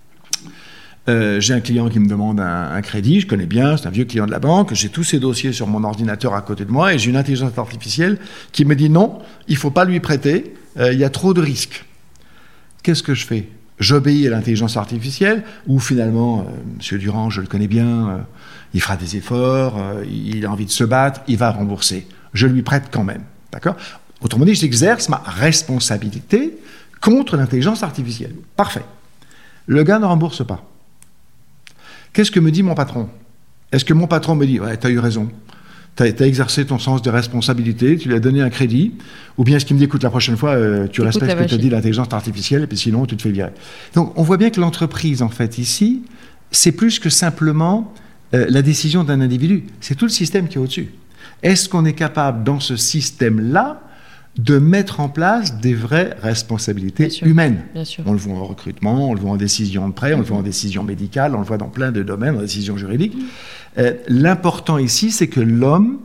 J'ai un client qui me demande un crédit, je connais bien, c'est un vieux client de la banque, j'ai tous ses dossiers sur mon ordinateur à côté de moi et j'ai une intelligence artificielle qui me dit non, il ne faut pas lui prêter, il y a trop de risques. Qu'est-ce que je fais ? J'obéis à l'intelligence artificielle ou finalement, M. Durand, je le connais bien, il fera des efforts, il a envie de se battre, il va rembourser. Je lui prête quand même. D'accord ? Autrement dit, j'exerce ma responsabilité contre l'intelligence artificielle. Parfait. Le gars ne rembourse pas. Qu'est-ce que me dit mon patron ? Est-ce que mon patron me dit « Ouais, tu as eu raison, tu as exercé ton sens de responsabilité, tu lui as donné un crédit » ou bien est-ce qu'il me dit « Écoute, la prochaine fois, tu respectes ce que te dit l'intelligence artificielle et puis sinon, tu te fais virer ». Donc, on voit bien que l'entreprise, en fait, ici, c'est plus que simplement la décision d'un individu. C'est tout le système qui est au-dessus. Est-ce qu'on est capable, dans ce système-là, de mettre en place des vraies responsabilités humaines. Bien sûr. On le voit en recrutement, on le voit en décision de prêt, on le voit en décision médicale, on le voit dans plein de domaines, en décision juridique. L'important ici, c'est que l'homme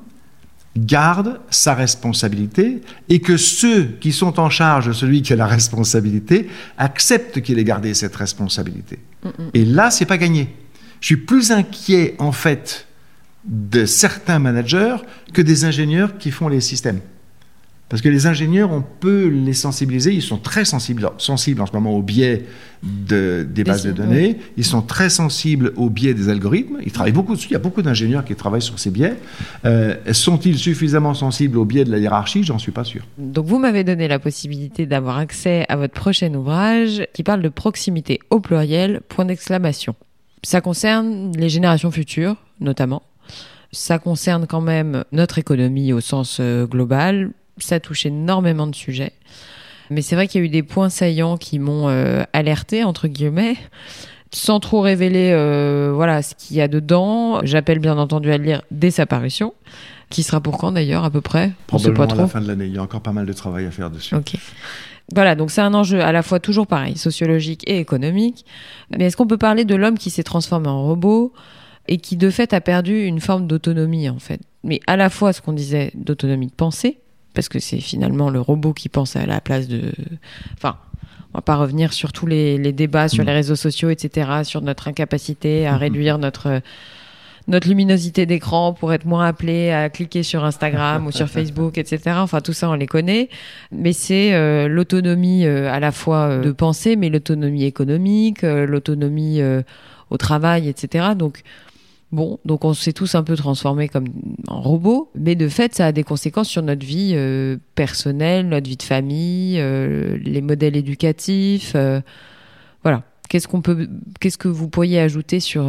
garde sa responsabilité et que ceux qui sont en charge de celui qui a la responsabilité acceptent qu'il ait gardé cette responsabilité. Et là, c'est pas gagné. Je suis plus inquiet, en fait, de certains managers que des ingénieurs qui font les systèmes. Parce que les ingénieurs, on peut les sensibiliser, ils sont très sensibles en ce moment au biais des bases de données, ils sont très sensibles au biais des algorithmes, ils travaillent beaucoup dessus, il y a beaucoup d'ingénieurs qui travaillent sur ces biais. Sont-ils suffisamment sensibles au biais de la hiérarchie ? J'en suis pas sûr. Donc vous m'avez donné la possibilité d'avoir accès à votre prochain ouvrage qui parle de proximité au pluriel, point d'exclamation. Ça concerne les générations futures, notamment. Ça concerne quand même notre économie au sens global. Ça touche énormément de sujets. Mais c'est vrai qu'il y a eu des points saillants qui m'ont alerté, entre guillemets, sans trop révéler voilà, ce qu'il y a dedans. J'appelle bien entendu à le lire dès sa parution, qui sera pour quand d'ailleurs, à peu près ? Probablement à la fin de l'année. Il y a encore pas mal de travail à faire dessus. Ok. Voilà, donc c'est un enjeu à la fois toujours pareil, sociologique et économique. Mais est-ce qu'on peut parler de l'homme qui s'est transformé en robot et qui de fait a perdu une forme d'autonomie en fait ? Mais à la fois ce qu'on disait d'autonomie de pensée, parce que c'est finalement le robot qui pense à la place de... Enfin, on va pas revenir sur tous les débats sur les réseaux sociaux, etc., sur notre incapacité à réduire notre luminosité d'écran pour être moins appelé à cliquer sur Instagram ou sur Facebook, etc. Enfin, tout ça, on les connaît. Mais c'est l'autonomie à la fois de pensée, mais l'autonomie économique, l'autonomie au travail, etc. Donc on s'est tous un peu transformés comme en robots, mais de fait, ça a des conséquences sur notre vie personnelle, notre vie de famille, les modèles éducatifs. Voilà. Qu'est-ce que vous pourriez ajouter sur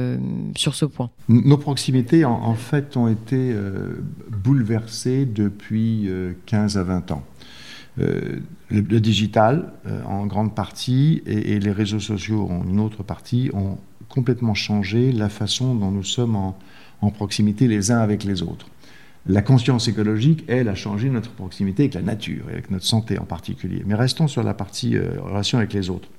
ce point ? Nos proximités, en fait, ont été bouleversées depuis 15 à 20 ans. Le digital, en grande partie, et les réseaux sociaux, en une autre partie, ont complètement changé la façon dont nous sommes en proximité les uns avec les autres. La conscience écologique, elle, a changé notre proximité avec la nature, et avec notre santé en particulier. Mais restons sur la partie relation avec les autres.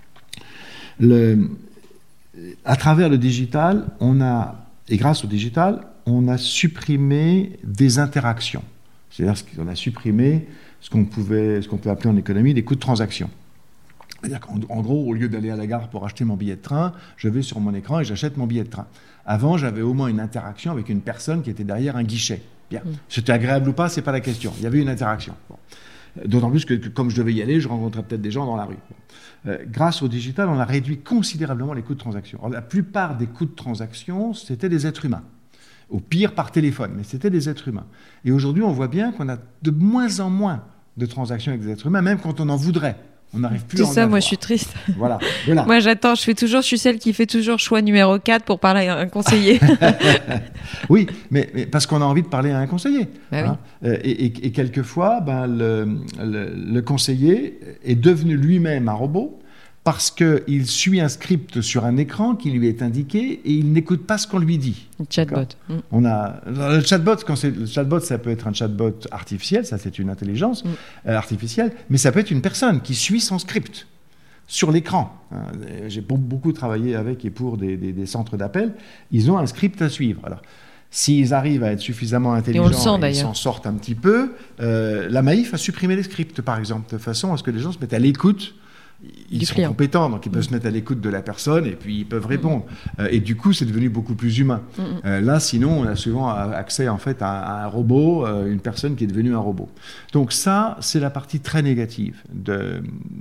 À travers le digital, et grâce au digital, on a supprimé des interactions. C'est-à-dire qu'on a supprimé ce qu'on peut appeler en économie des coûts de transaction. C'est-à-dire qu'en gros, au lieu d'aller à la gare pour acheter mon billet de train, je vais sur mon écran et j'achète mon billet de train. Avant, j'avais au moins une interaction avec une personne qui était derrière un guichet. Bien. C'était agréable ou pas, c'est pas la question. Il y avait une interaction. Bon. D'autant plus que comme je devais y aller, je rencontrais peut-être des gens dans la rue. Grâce au digital, on a réduit considérablement les coûts de transaction. Alors, la plupart des coûts de transaction, c'était des êtres humains. Au pire, par téléphone, mais c'était des êtres humains. Et aujourd'hui, on voit bien qu'on a de moins en moins de transactions avec des êtres humains, même quand on en voudrait. On n'arrive plus C'est à en ça, avoir. moi je suis triste. Voilà. Moi j'attends, je suis celle qui fait toujours choix numéro 4 pour parler à un conseiller. Oui, mais parce qu'on a envie de parler à un conseiller. Bah oui. Et quelquefois, le conseiller est devenu lui-même un robot parce qu'il suit un script sur un écran qui lui est indiqué et il n'écoute pas ce qu'on lui dit. Le chatbot. Le chatbot, ça peut être un chatbot artificiel, ça c'est une intelligence artificielle, mais ça peut être une personne qui suit son script sur l'écran. J'ai beaucoup travaillé avec et pour des centres d'appel. Ils ont un script à suivre. Alors, s'ils arrivent à être suffisamment intelligents et ils s'en sortent un petit peu, la Maïf a supprimé les scripts, par exemple, de façon à ce que les gens se mettent à l'écoute. Ils sont compétents, donc ils peuvent se mettre à l'écoute de la personne et puis ils peuvent répondre. Et du coup, c'est devenu beaucoup plus humain. Là, sinon, on a souvent accès en fait à un robot, une personne qui est devenue un robot. Donc ça, c'est la partie très négative de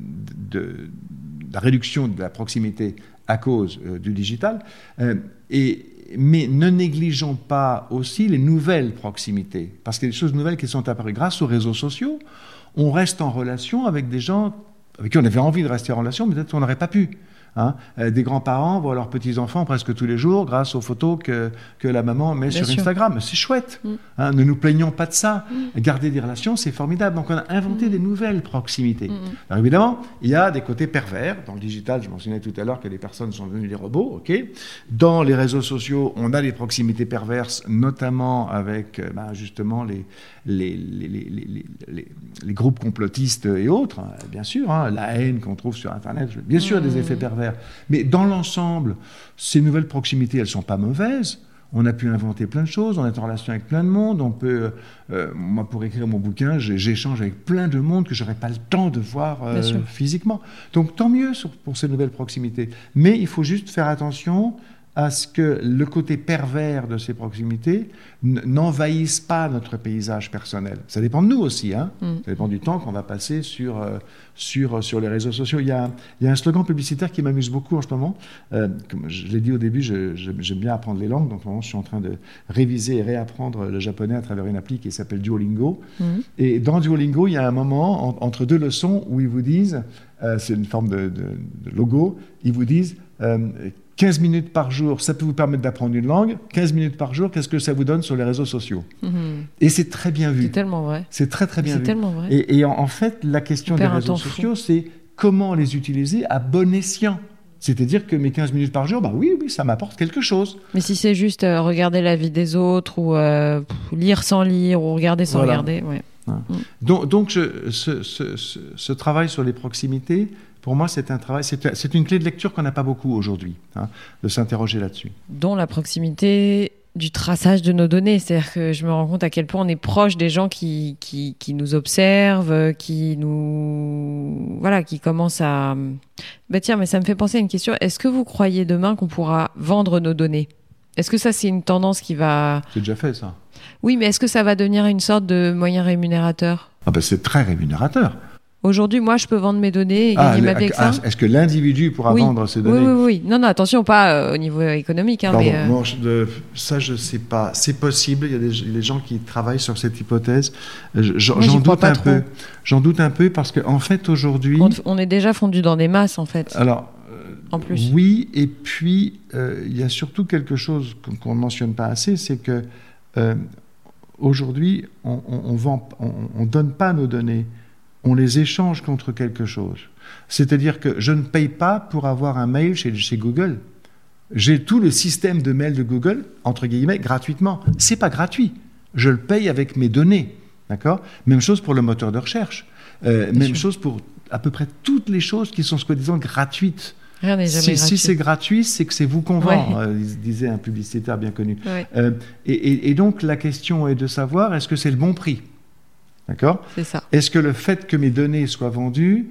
la réduction de la proximité à cause du digital. Mais ne négligeons pas aussi les nouvelles proximités, parce qu'il y a des choses nouvelles qui sont apparues. Grâce aux réseaux sociaux, on reste en relation avec des gens avec qui on avait envie de rester en relation, mais peut-être qu'on n'aurait pas pu. Des grands-parents voient leurs petits-enfants presque tous les jours grâce aux photos que la maman met sur Instagram. C'est chouette. Ne nous plaignons pas de ça. Garder des relations, c'est formidable. Donc on a inventé des nouvelles proximités. Alors évidemment, il y a des côtés pervers. Dans le digital, je mentionnais tout à l'heure que les personnes sont devenues des robots. Dans les réseaux sociaux, on a des proximités perverses, notamment avec justement les groupes complotistes et autres, bien sûr, la haine qu'on trouve sur Internet, bien sûr, des effets pervers. Mais dans l'ensemble, ces nouvelles proximités, elles ne sont pas mauvaises. On a pu inventer plein de choses, on est en relation avec plein de monde, on peut... moi, pour écrire mon bouquin, j'échange avec plein de monde que je n'aurais pas le temps de voir physiquement. Donc tant mieux pour ces nouvelles proximités. Mais il faut juste faire attention à ce que le côté pervers de ces proximités n'envahisse pas notre paysage personnel. Ça dépend de nous aussi, Ça dépend du temps qu'on va passer sur les réseaux sociaux. Il y a un slogan publicitaire qui m'amuse beaucoup en ce moment. Comme je l'ai dit au début, j'aime bien apprendre les langues, donc en ce moment, je suis en train de réviser et réapprendre le japonais à travers une appli qui s'appelle Duolingo. Et dans Duolingo, il y a un moment entre deux leçons où ils vous disent, c'est une forme de logo, ils vous disent 15 minutes par jour, ça peut vous permettre d'apprendre une langue. 15 minutes par jour, qu'est-ce que ça vous donne sur les réseaux sociaux ? Et c'est très bien vu. C'est tellement vrai. C'est très, très bien vu. C'est tellement vrai. Et en fait, la question des réseaux sociaux, c'est comment les utiliser à bon escient. C'est-à-dire que mes 15 minutes par jour, oui, ça m'apporte quelque chose. Mais si c'est juste regarder la vie des autres, ou lire sans lire, ou regarder sans regarder, Donc ce travail sur les proximités, pour moi, c'est un travail, c'est une clé de lecture qu'on n'a pas beaucoup aujourd'hui, de s'interroger là-dessus. Dont la proximité du traçage de nos données. C'est-à-dire que je me rends compte à quel point on est proche des gens qui nous observent, qui commencent à... Tiens, mais ça me fait penser à une question. Est-ce que vous croyez demain qu'on pourra vendre nos données ? Est-ce que ça, c'est une tendance qui va... C'est déjà fait, ça. Oui, mais est-ce que ça va devenir une sorte de moyen rémunérateur ? C'est très rémunérateur. Aujourd'hui, moi, je peux vendre mes données et gagner ma vie avec ça. Est-ce que l'individu pourra vendre ses données ? Oui. Non, attention, pas au niveau économique. Non, ça, je ne sais pas. C'est possible. Il y a des gens qui travaillent sur cette hypothèse. J'en doute un peu. J'en doute un peu parce qu'en fait, aujourd'hui... On est déjà fondu dans des masses, en fait. Alors, en plus. Oui, et puis, il y a surtout quelque chose qu'on ne mentionne pas assez, c'est que aujourd'hui, on ne donne pas nos données. On les échange contre quelque chose. C'est-à-dire que je ne paye pas pour avoir un mail chez Google. J'ai tout le système de mail de Google, entre guillemets, gratuitement. C'est pas gratuit. Je le paye avec mes données. D'accord ? Même chose pour le moteur de recherche. Même chose pour à peu près toutes les choses qui sont soi-disant gratuites. Rien n'est jamais gratuit. Si c'est gratuit, c'est que c'est vous qu'on vend, disait un publicitaire bien connu. Et donc, la question est de savoir, est-ce que c'est le bon prix ? D'accord ? C'est ça. Est-ce que le fait que mes données soient vendues,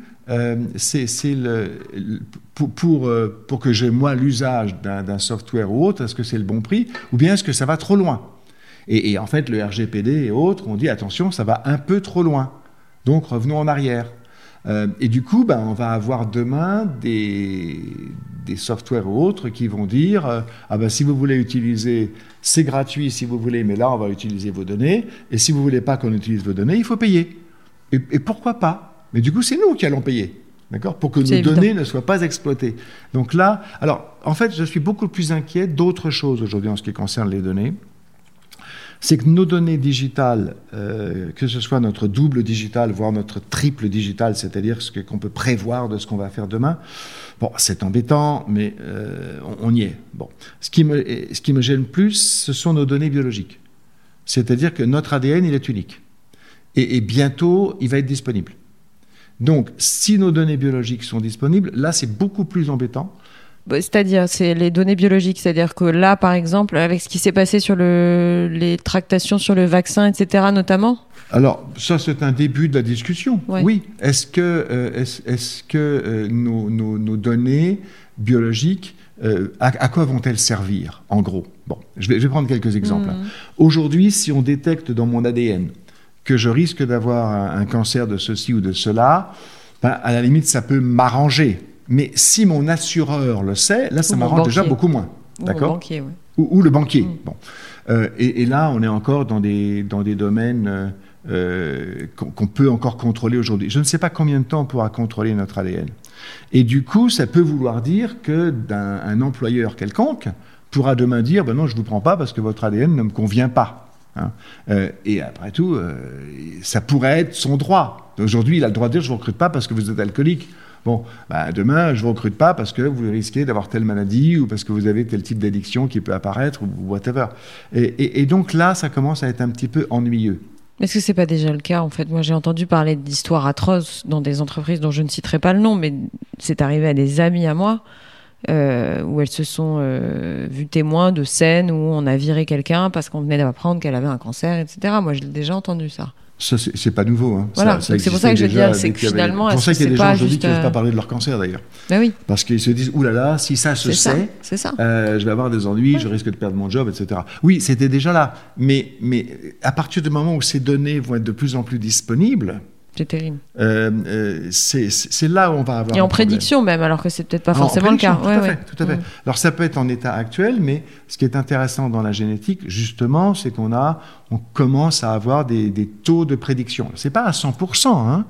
pour que j'ai moi l'usage d'un software ou autre, est-ce que c'est le bon prix ou bien est-ce que ça va trop loin ? Et en fait, le RGPD et autres ont dit attention, ça va un peu trop loin. Donc revenons en arrière. Et du coup, on va avoir demain des softwares ou autres qui vont dire si vous voulez utiliser, c'est gratuit si vous voulez, mais là on va utiliser vos données, et si vous voulez pas qu'on utilise vos données, il faut payer. Et pourquoi pas ? Mais du coup, c'est nous qui allons payer. d'accord, pour que nos C'est évident. données ne soient pas exploitées. Donc là, alors, en fait, je suis beaucoup plus inquiet d'autre chose aujourd'hui en ce qui concerne les données. C'est que nos données digitales, que ce soit notre double digital, voire notre triple digital, c'est-à-dire ce qu'on peut prévoir de ce qu'on va faire demain, bon, c'est embêtant, mais on y est. Bon. Ce qui me gêne plus, ce sont nos données biologiques. C'est-à-dire que notre ADN, il est unique. Et bientôt, il va être disponible. Donc, si nos données biologiques sont disponibles, là, c'est beaucoup plus embêtant. C'est-à-dire, c'est les données biologiques. C'est-à-dire que là, par exemple, avec ce qui s'est passé sur les tractations sur le vaccin, etc., notamment. Alors, ça, c'est un début de la discussion. Ouais. Oui. Est-ce que nos données biologiques, à quoi vont-elles servir, en gros? Bon, je vais prendre quelques exemples. Aujourd'hui, si on détecte dans mon ADN que je risque d'avoir un cancer de ceci ou de cela, ben, à la limite, ça peut m'arranger. Mais si mon assureur le sait, là, ça m'arrange déjà beaucoup moins. D'accord ? Ou le banquier, ouais. Ou le banquier. Bon. Et là, on est encore dans des domaines qu'on peut encore contrôler aujourd'hui. Je ne sais pas combien de temps on pourra contrôler notre ADN. Et du coup, ça peut vouloir dire qu'un employeur quelconque pourra demain dire ben non, je ne vous prends pas parce que votre ADN ne me convient pas. Hein. Et après tout, ça pourrait être son droit. Aujourd'hui, il a le droit de dire je ne vous recrute pas parce que vous êtes alcoolique. Bon, bah demain, je ne vous recrute pas parce que vous risquez d'avoir telle maladie ou parce que vous avez tel type d'addiction qui peut apparaître ou whatever. Et donc là, ça commence à être un petit peu ennuyeux. Est-ce que c'est pas déjà le cas, en fait? Moi, j'ai entendu parler d'histoires atroces dans des entreprises dont je ne citerai pas le nom, mais c'est arrivé à des amis à moi, où elles se sont vues témoins de scènes où on a viré quelqu'un parce qu'on venait d'apprendre qu'elle avait un cancer, etc. Moi, je l'ai déjà entendu, ça. Ça, c'est pas nouveau. Hein. Voilà, donc c'est pour ça que je veux dire, c'est que finalement... C'est pour ça qu'il y a des gens aujourd'hui qui ne peuvent pas parler de leur cancer, d'ailleurs. Ben oui. Parce qu'ils se disent, oulala, si ça se sait, je vais avoir des ennuis, je risque de perdre mon job, etc. Oui, c'était déjà là. Mais à partir du moment où ces données vont être de plus en plus disponibles... C'est terrible. C'est là où on va avoir. Et en prédiction même, alors que c'est peut-être pas forcément le cas. Tout à fait. Alors ça peut être en état actuel, mais ce qui est intéressant dans la génétique, justement, c'est qu'on commence à avoir des taux de prédiction. C'est pas à 100%, hein,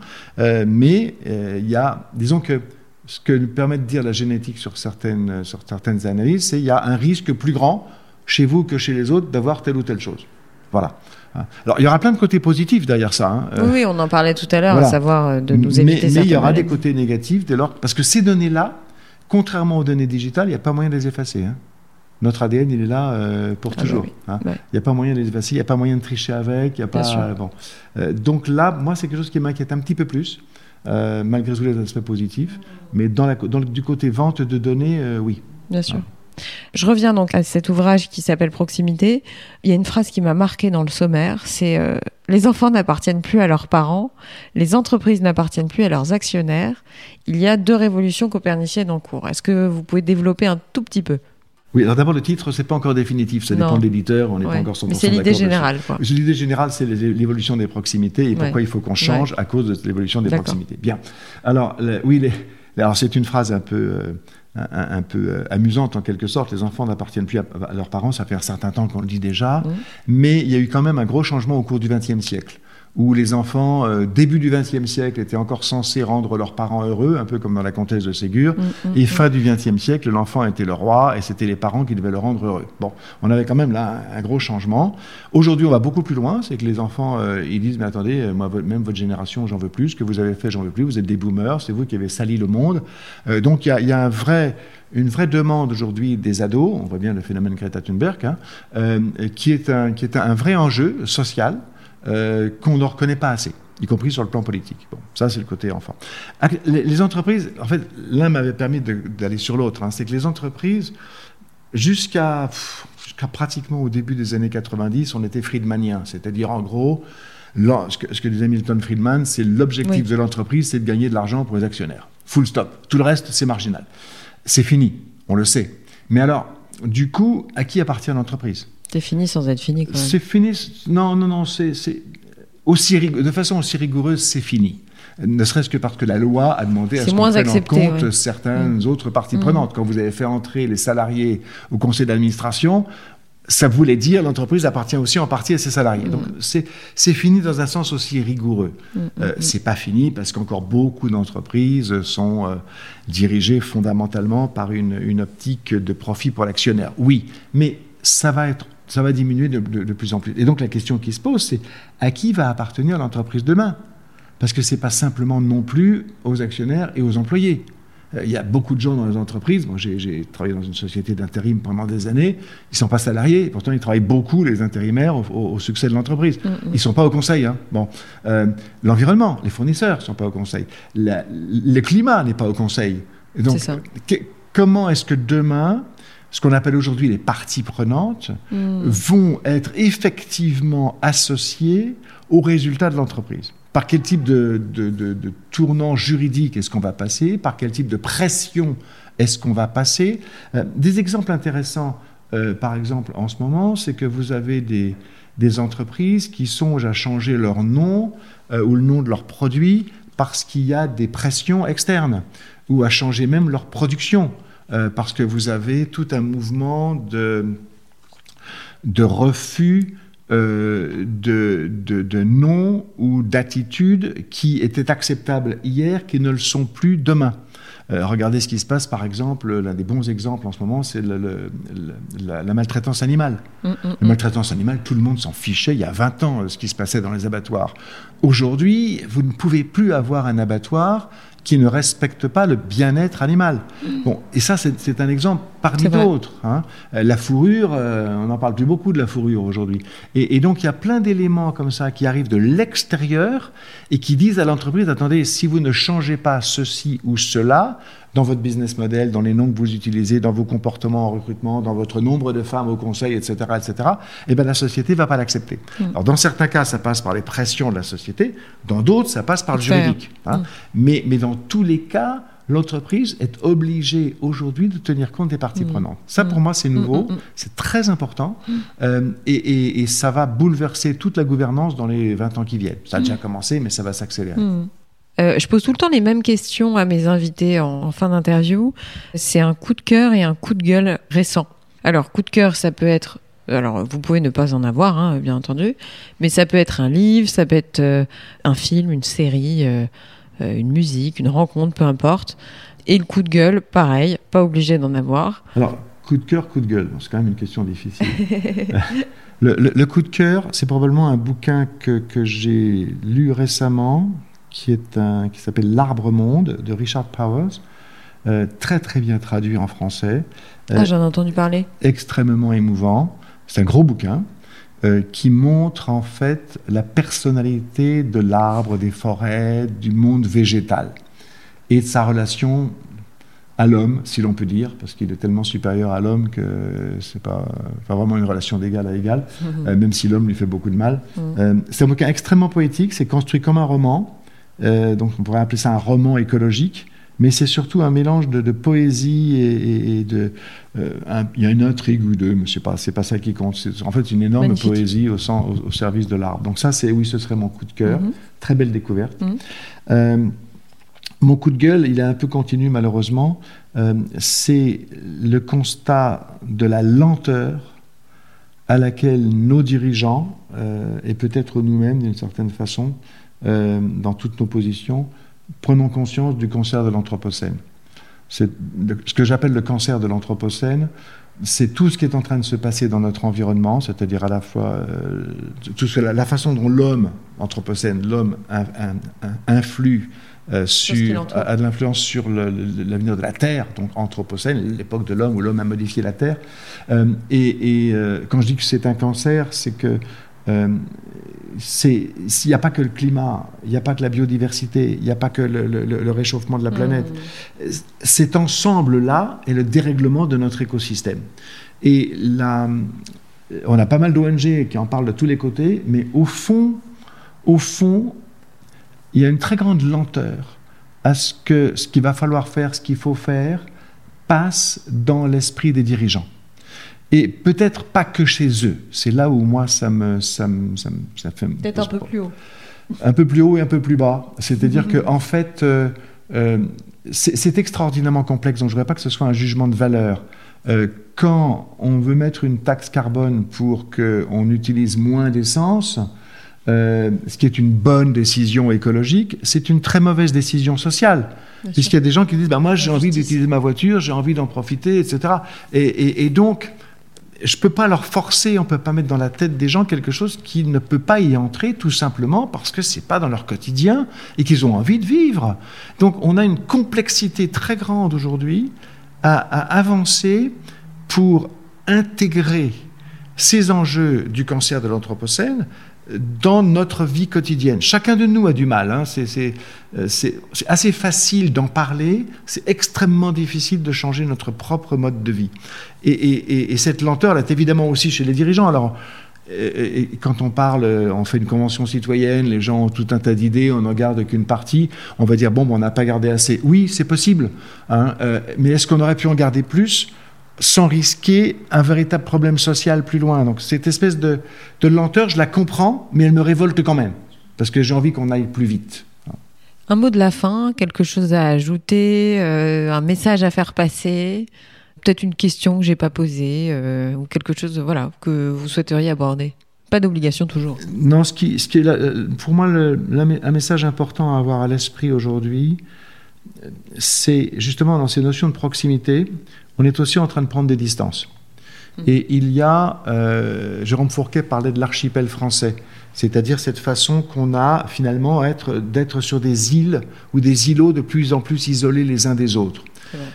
mais il y a, disons que ce que nous permet de dire la génétique sur certaines analyses, c'est qu'il y a un risque plus grand chez vous que chez les autres d'avoir telle ou telle chose. Voilà. Alors, il y aura plein de côtés positifs derrière ça. Hein. Oui, on en parlait tout à l'heure, à savoir de nous éviter certaines mais il y aura maladies. des côtés négatifs dès lors, parce que ces données-là, contrairement aux données digitales, il n'y a pas moyen de les effacer. Hein. Notre ADN, il est là pour toujours. Oui. Hein. Il n'y a pas moyen de les effacer, il n'y a pas moyen de tricher avec, il n'y a pas... bon. Donc là, moi, c'est quelque chose qui m'inquiète un petit peu plus, malgré tous les aspects positifs, mais du côté vente de données, oui. Bien sûr. Je reviens donc à cet ouvrage qui s'appelle Proximité. Il y a une phrase qui m'a marquée dans le sommaire, c'est les enfants n'appartiennent plus à leurs parents, les entreprises n'appartiennent plus à leurs actionnaires. Il y a 2 révolutions coperniciennes en cours. Est-ce que vous pouvez développer un tout petit peu? Oui, alors d'abord, le titre, c'est pas encore définitif, ça dépend de l'éditeur, on n'est pas encore 100% d'accord. Mais c'est l'idée générale, quoi. L'idée générale, c'est l'évolution des proximités et pourquoi il faut qu'on change à cause de l'évolution des proximités. Bien. Alors, alors c'est une phrase un peu amusante en quelque sorte. Les enfants n'appartiennent plus à leurs parents, ça fait un certain temps qu'on le dit déjà, mais il y a eu quand même un gros changement au cours du XXe siècle, où les enfants, début du XXe siècle, étaient encore censés rendre leurs parents heureux, un peu comme dans la Comtesse de Ségur, et fin du XXe siècle, l'enfant était le roi, et c'était les parents qui devaient le rendre heureux. Bon, on avait quand même là un gros changement. Aujourd'hui, on va beaucoup plus loin, c'est que les enfants, ils disent, mais attendez, moi, même votre génération, j'en veux plus, ce que vous avez fait, j'en veux plus, vous êtes des boomers, c'est vous qui avez sali le monde. Donc, il y a une vraie demande aujourd'hui des ados, on voit bien le phénomène Greta Thunberg, hein, qui est un vrai enjeu social, qu'on ne reconnaît pas assez, y compris sur le plan politique. Bon, ça, c'est le côté enfant. Les entreprises, en fait, l'un m'avait permis d'aller sur l'autre. Hein, c'est que les entreprises, jusqu'à pratiquement au début des années 90, on était friedmaniens. C'est-à-dire, en gros, ce que disait Milton Friedman, c'est l'objectif de l'entreprise, c'est de gagner de l'argent pour les actionnaires. Full stop. Tout le reste, c'est marginal. C'est fini, on le sait. Mais alors, du coup, à qui appartient l'entreprise ? C'est fini sans être fini, quand même. C'est fini. Non, c'est de façon aussi rigoureuse, c'est fini. Ne serait-ce que parce que la loi a demandé à ce qu'on prenne en compte certaines autres parties prenantes. Quand vous avez fait entrer les salariés au conseil d'administration, ça voulait dire l'entreprise appartient aussi en partie à ses salariés. Donc c'est fini dans un sens aussi rigoureux. C'est pas fini parce qu'encore beaucoup d'entreprises sont dirigées fondamentalement par une optique de profit pour l'actionnaire. Oui, mais ça va diminuer de plus en plus. Et donc la question qui se pose, c'est à qui va appartenir l'entreprise demain ? Parce que c'est pas simplement non plus aux actionnaires et aux employés. Il y a beaucoup de gens dans les entreprises. Moi, j'ai travaillé dans une société d'intérim pendant des années. Ils ne sont pas salariés. Pourtant, ils travaillent beaucoup, les intérimaires, au succès de l'entreprise. Ils ne sont pas au conseil. Hein. Bon. L'environnement, les fournisseurs ne sont pas au conseil. Le climat n'est pas au conseil. Et donc, c'est ça. Comment est-ce que demain, ce qu'on appelle aujourd'hui les parties prenantes, vont être effectivement associées aux résultats de l'entreprise ? Par quel type de tournant juridique est-ce qu'on va passer ? Par quel type de pression est-ce qu'on va passer ? Des exemples intéressants, par exemple, en ce moment, c'est que vous avez des entreprises qui songent à changer leur nom ou le nom de leurs produits parce qu'il y a des pressions externes, ou à changer même leur production, parce que vous avez tout un mouvement de refus de noms ou d'attitudes qui étaient acceptables hier, qui ne le sont plus demain. Regardez ce qui se passe, par exemple, l'un des bons exemples en ce moment, c'est la maltraitance animale. La maltraitance animale, tout le monde s'en fichait il y a 20 ans, ce qui se passait dans les abattoirs. Aujourd'hui, vous ne pouvez plus avoir un abattoir qui ne respecte pas le bien-être animal. Bon, et ça, c'est un exemple parmi d'autres. Hein. La fourrure, on n'en parle plus beaucoup de la fourrure aujourd'hui. Et donc, il y a plein d'éléments comme ça qui arrivent de l'extérieur et qui disent à l'entreprise, attendez, si vous ne changez pas ceci ou cela, dans votre business model, dans les noms que vous utilisez, dans vos comportements en recrutement, dans votre nombre de femmes au conseil, etc., eh ben, la société ne va pas l'accepter. Alors, dans certains cas, ça passe par les pressions de la société. Dans d'autres, ça passe par le juridique. Hein. Mais dans tous les cas, l'entreprise est obligée aujourd'hui de tenir compte des parties prenantes. Ça, pour moi, c'est nouveau, c'est très important, et ça va bouleverser toute la gouvernance dans les 20 ans qui viennent. Ça a déjà commencé, mais ça va s'accélérer. Je pose tout le temps les mêmes questions à mes invités en fin d'interview. C'est un coup de cœur et un coup de gueule récent. Alors, coup de cœur, ça peut être... Alors, vous pouvez ne pas en avoir, hein, bien entendu, mais ça peut être un livre, ça peut être un film, une série, une musique, une rencontre, peu importe. Et le coup de gueule, pareil, pas obligé d'en avoir. Alors, coup de cœur, coup de gueule, c'est quand même une question difficile. Le coup de cœur, c'est probablement un bouquin que j'ai lu récemment, qui s'appelle L'Arbre-Monde, de Richard Powers, très très bien traduit en français. J'en ai entendu parler. Extrêmement émouvant. C'est un gros bouquin qui montre en fait la personnalité de l'arbre, des forêts, du monde végétal et de sa relation à l'homme, si l'on peut dire, parce qu'il est tellement supérieur à l'homme que c'est pas vraiment une relation d'égal à égal, même si l'homme lui fait beaucoup de mal. C'est un bouquin extrêmement poétique, c'est construit comme un roman. Donc on pourrait appeler ça un roman écologique, mais c'est surtout un mélange de poésie et de... Il y a une intrigue ou deux, mais c'est pas ça qui compte. C'est en fait une énorme Magnifique. Poésie au service de l'arbre. Donc ça, ce serait mon coup de cœur. Très belle découverte. Mon coup de gueule, il est un peu continu malheureusement. C'est le constat de la lenteur à laquelle nos dirigeants, et peut-être nous-mêmes d'une certaine façon, dans toutes nos positions, prenons conscience du cancer de l'Anthropocène. Ce que j'appelle le cancer de l'Anthropocène, c'est tout ce qui est en train de se passer dans notre environnement, c'est-à-dire à la fois la façon dont l'homme influe a de l'influence sur l'avenir de la Terre, donc Anthropocène, l'époque de l'homme où l'homme a modifié la Terre. Quand je dis que c'est un cancer, c'est que s'il n'y a pas que le climat, il n'y a pas que la biodiversité, il n'y a pas que le réchauffement de la planète, cet ensemble-là est le dérèglement de notre écosystème. Et là, on a pas mal d'ONG qui en parlent de tous les côtés, mais au fond, il y a une très grande lenteur à ce qu'il va falloir faire, ce qu'il faut faire, passe dans l'esprit des dirigeants. Et peut-être pas que chez eux. C'est là où moi, ça me fait... Peut-être un peu plus haut. Un peu plus haut et un peu plus bas. C'est-à-dire qu'en fait, c'est extraordinairement complexe. Donc je ne voudrais pas que ce soit un jugement de valeur. Quand on veut mettre une taxe carbone pour qu'on utilise moins d'essence, ce qui est une bonne décision écologique, c'est une très mauvaise décision sociale. Puisqu'il y a des gens qui disent moi j'ai envie d'utiliser ma voiture, j'ai envie d'en profiter, etc. Et donc, je ne peux pas leur forcer, on ne peut pas mettre dans la tête des gens quelque chose qui ne peut pas y entrer, tout simplement parce que ce n'est pas dans leur quotidien et qu'ils ont envie de vivre. Donc on a une complexité très grande aujourd'hui à avancer pour intégrer ces enjeux du cancer de l'Anthropocène dans notre vie quotidienne. Chacun de nous a du mal. C'est assez facile d'en parler, c'est extrêmement difficile de changer notre propre mode de vie. Et cette lenteur, elle est évidemment aussi chez les dirigeants. Alors, quand on parle, on fait une convention citoyenne, les gens ont tout un tas d'idées, on n'en garde qu'une partie, on va dire, on n'a pas gardé assez. Oui, c'est possible, mais est-ce qu'on aurait pu en garder plus sans risquer un véritable problème social plus loin? Donc cette espèce de lenteur, je la comprends, mais elle me révolte quand même, parce que j'ai envie qu'on aille plus vite. Un mot de la fin, quelque chose à ajouter, un message à faire passer, peut-être une question que j'ai pas posée, ou quelque chose que vous souhaiteriez aborder. Pas d'obligation toujours. Non, ce qui est là, pour moi un message important à avoir à l'esprit aujourd'hui, c'est justement dans ces notions de proximité, on est aussi en train de prendre des distances. Et il y a, Jérôme Fourquet parlait de l'archipel français, c'est-à-dire cette façon qu'on a finalement d'être sur des îles ou des îlots de plus en plus isolés les uns des autres.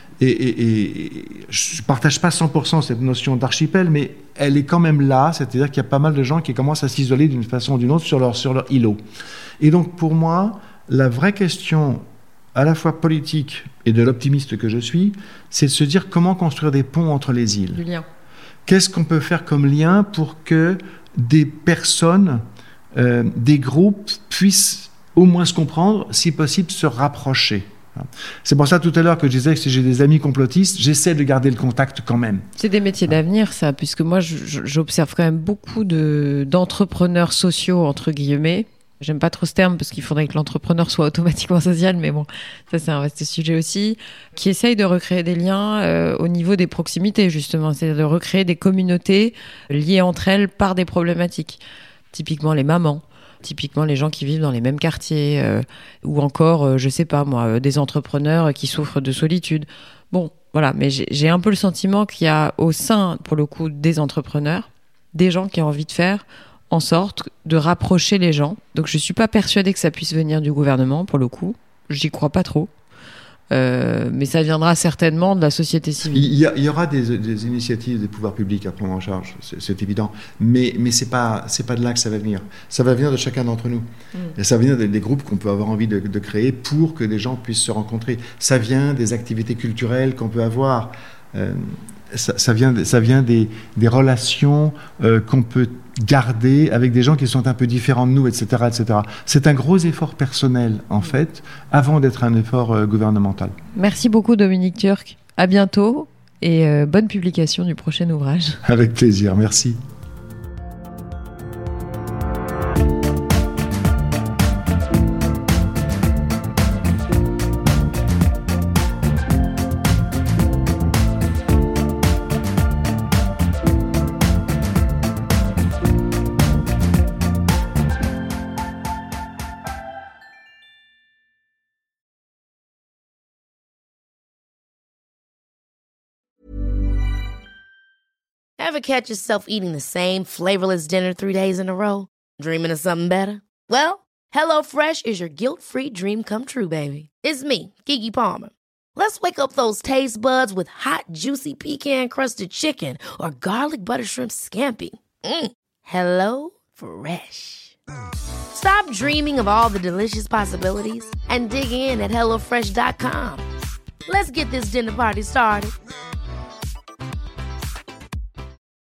Et je ne partage pas 100% cette notion d'archipel, mais elle est quand même là, c'est-à-dire qu'il y a pas mal de gens qui commencent à s'isoler d'une façon ou d'une autre sur leur îlot. Et donc pour moi, la vraie question à la fois politique et de l'optimiste que je suis, c'est de se dire comment construire des ponts entre les îles. Du lien. Qu'est-ce qu'on peut faire comme lien pour que des personnes, des groupes puissent au moins se comprendre, si possible se rapprocher. C'est pour ça tout à l'heure que je disais que si j'ai des amis complotistes, j'essaie de garder le contact quand même. C'est des métiers d'avenir, ça, puisque moi j'observe quand même beaucoup d'entrepreneurs sociaux, entre guillemets. J'aime pas trop ce terme parce qu'il faudrait que l'entrepreneur soit automatiquement social, mais bon, ça c'est un vaste sujet aussi, qui essayent de recréer des liens au niveau des proximités, justement, c'est-à-dire de recréer des communautés liées entre elles par des problématiques. Typiquement les mamans, typiquement les gens qui vivent dans les mêmes quartiers, ou encore, je sais pas moi, des entrepreneurs qui souffrent de solitude. Bon, voilà, mais j'ai un peu le sentiment qu'il y a au sein, pour le coup, des entrepreneurs, des gens qui ont envie de faire en sorte de rapprocher les gens. Donc je suis pas persuadée que ça puisse venir du gouvernement, pour le coup. J'y crois pas trop. Mais ça viendra certainement de la société civile. Il y aura des initiatives des pouvoirs publics à prendre en charge, c'est évident. Mais c'est pas de là que ça va venir. Ça va venir de chacun d'entre nous. Et ça va venir des groupes qu'on peut avoir envie de créer pour que les gens puissent se rencontrer. Ça vient des activités culturelles qu'on peut avoir. Ça vient des relations qu'on peut garder avec des gens qui sont un peu différents de nous, etc., etc. C'est un gros effort personnel, en fait, avant d'être un effort gouvernemental. Merci beaucoup, Dominique Turc. À bientôt et bonne publication du prochain ouvrage. Avec plaisir, merci. Ever catch yourself eating the same flavorless dinner 3 days in a row? Dreaming of something better? Well, HelloFresh is your guilt-free dream come true, baby. It's me, Keke Palmer. Let's wake up those taste buds with hot, juicy pecan-crusted chicken or garlic butter shrimp scampi. Hello Fresh. Stop dreaming of all the delicious possibilities and dig in at HelloFresh.com. Let's get this dinner party started.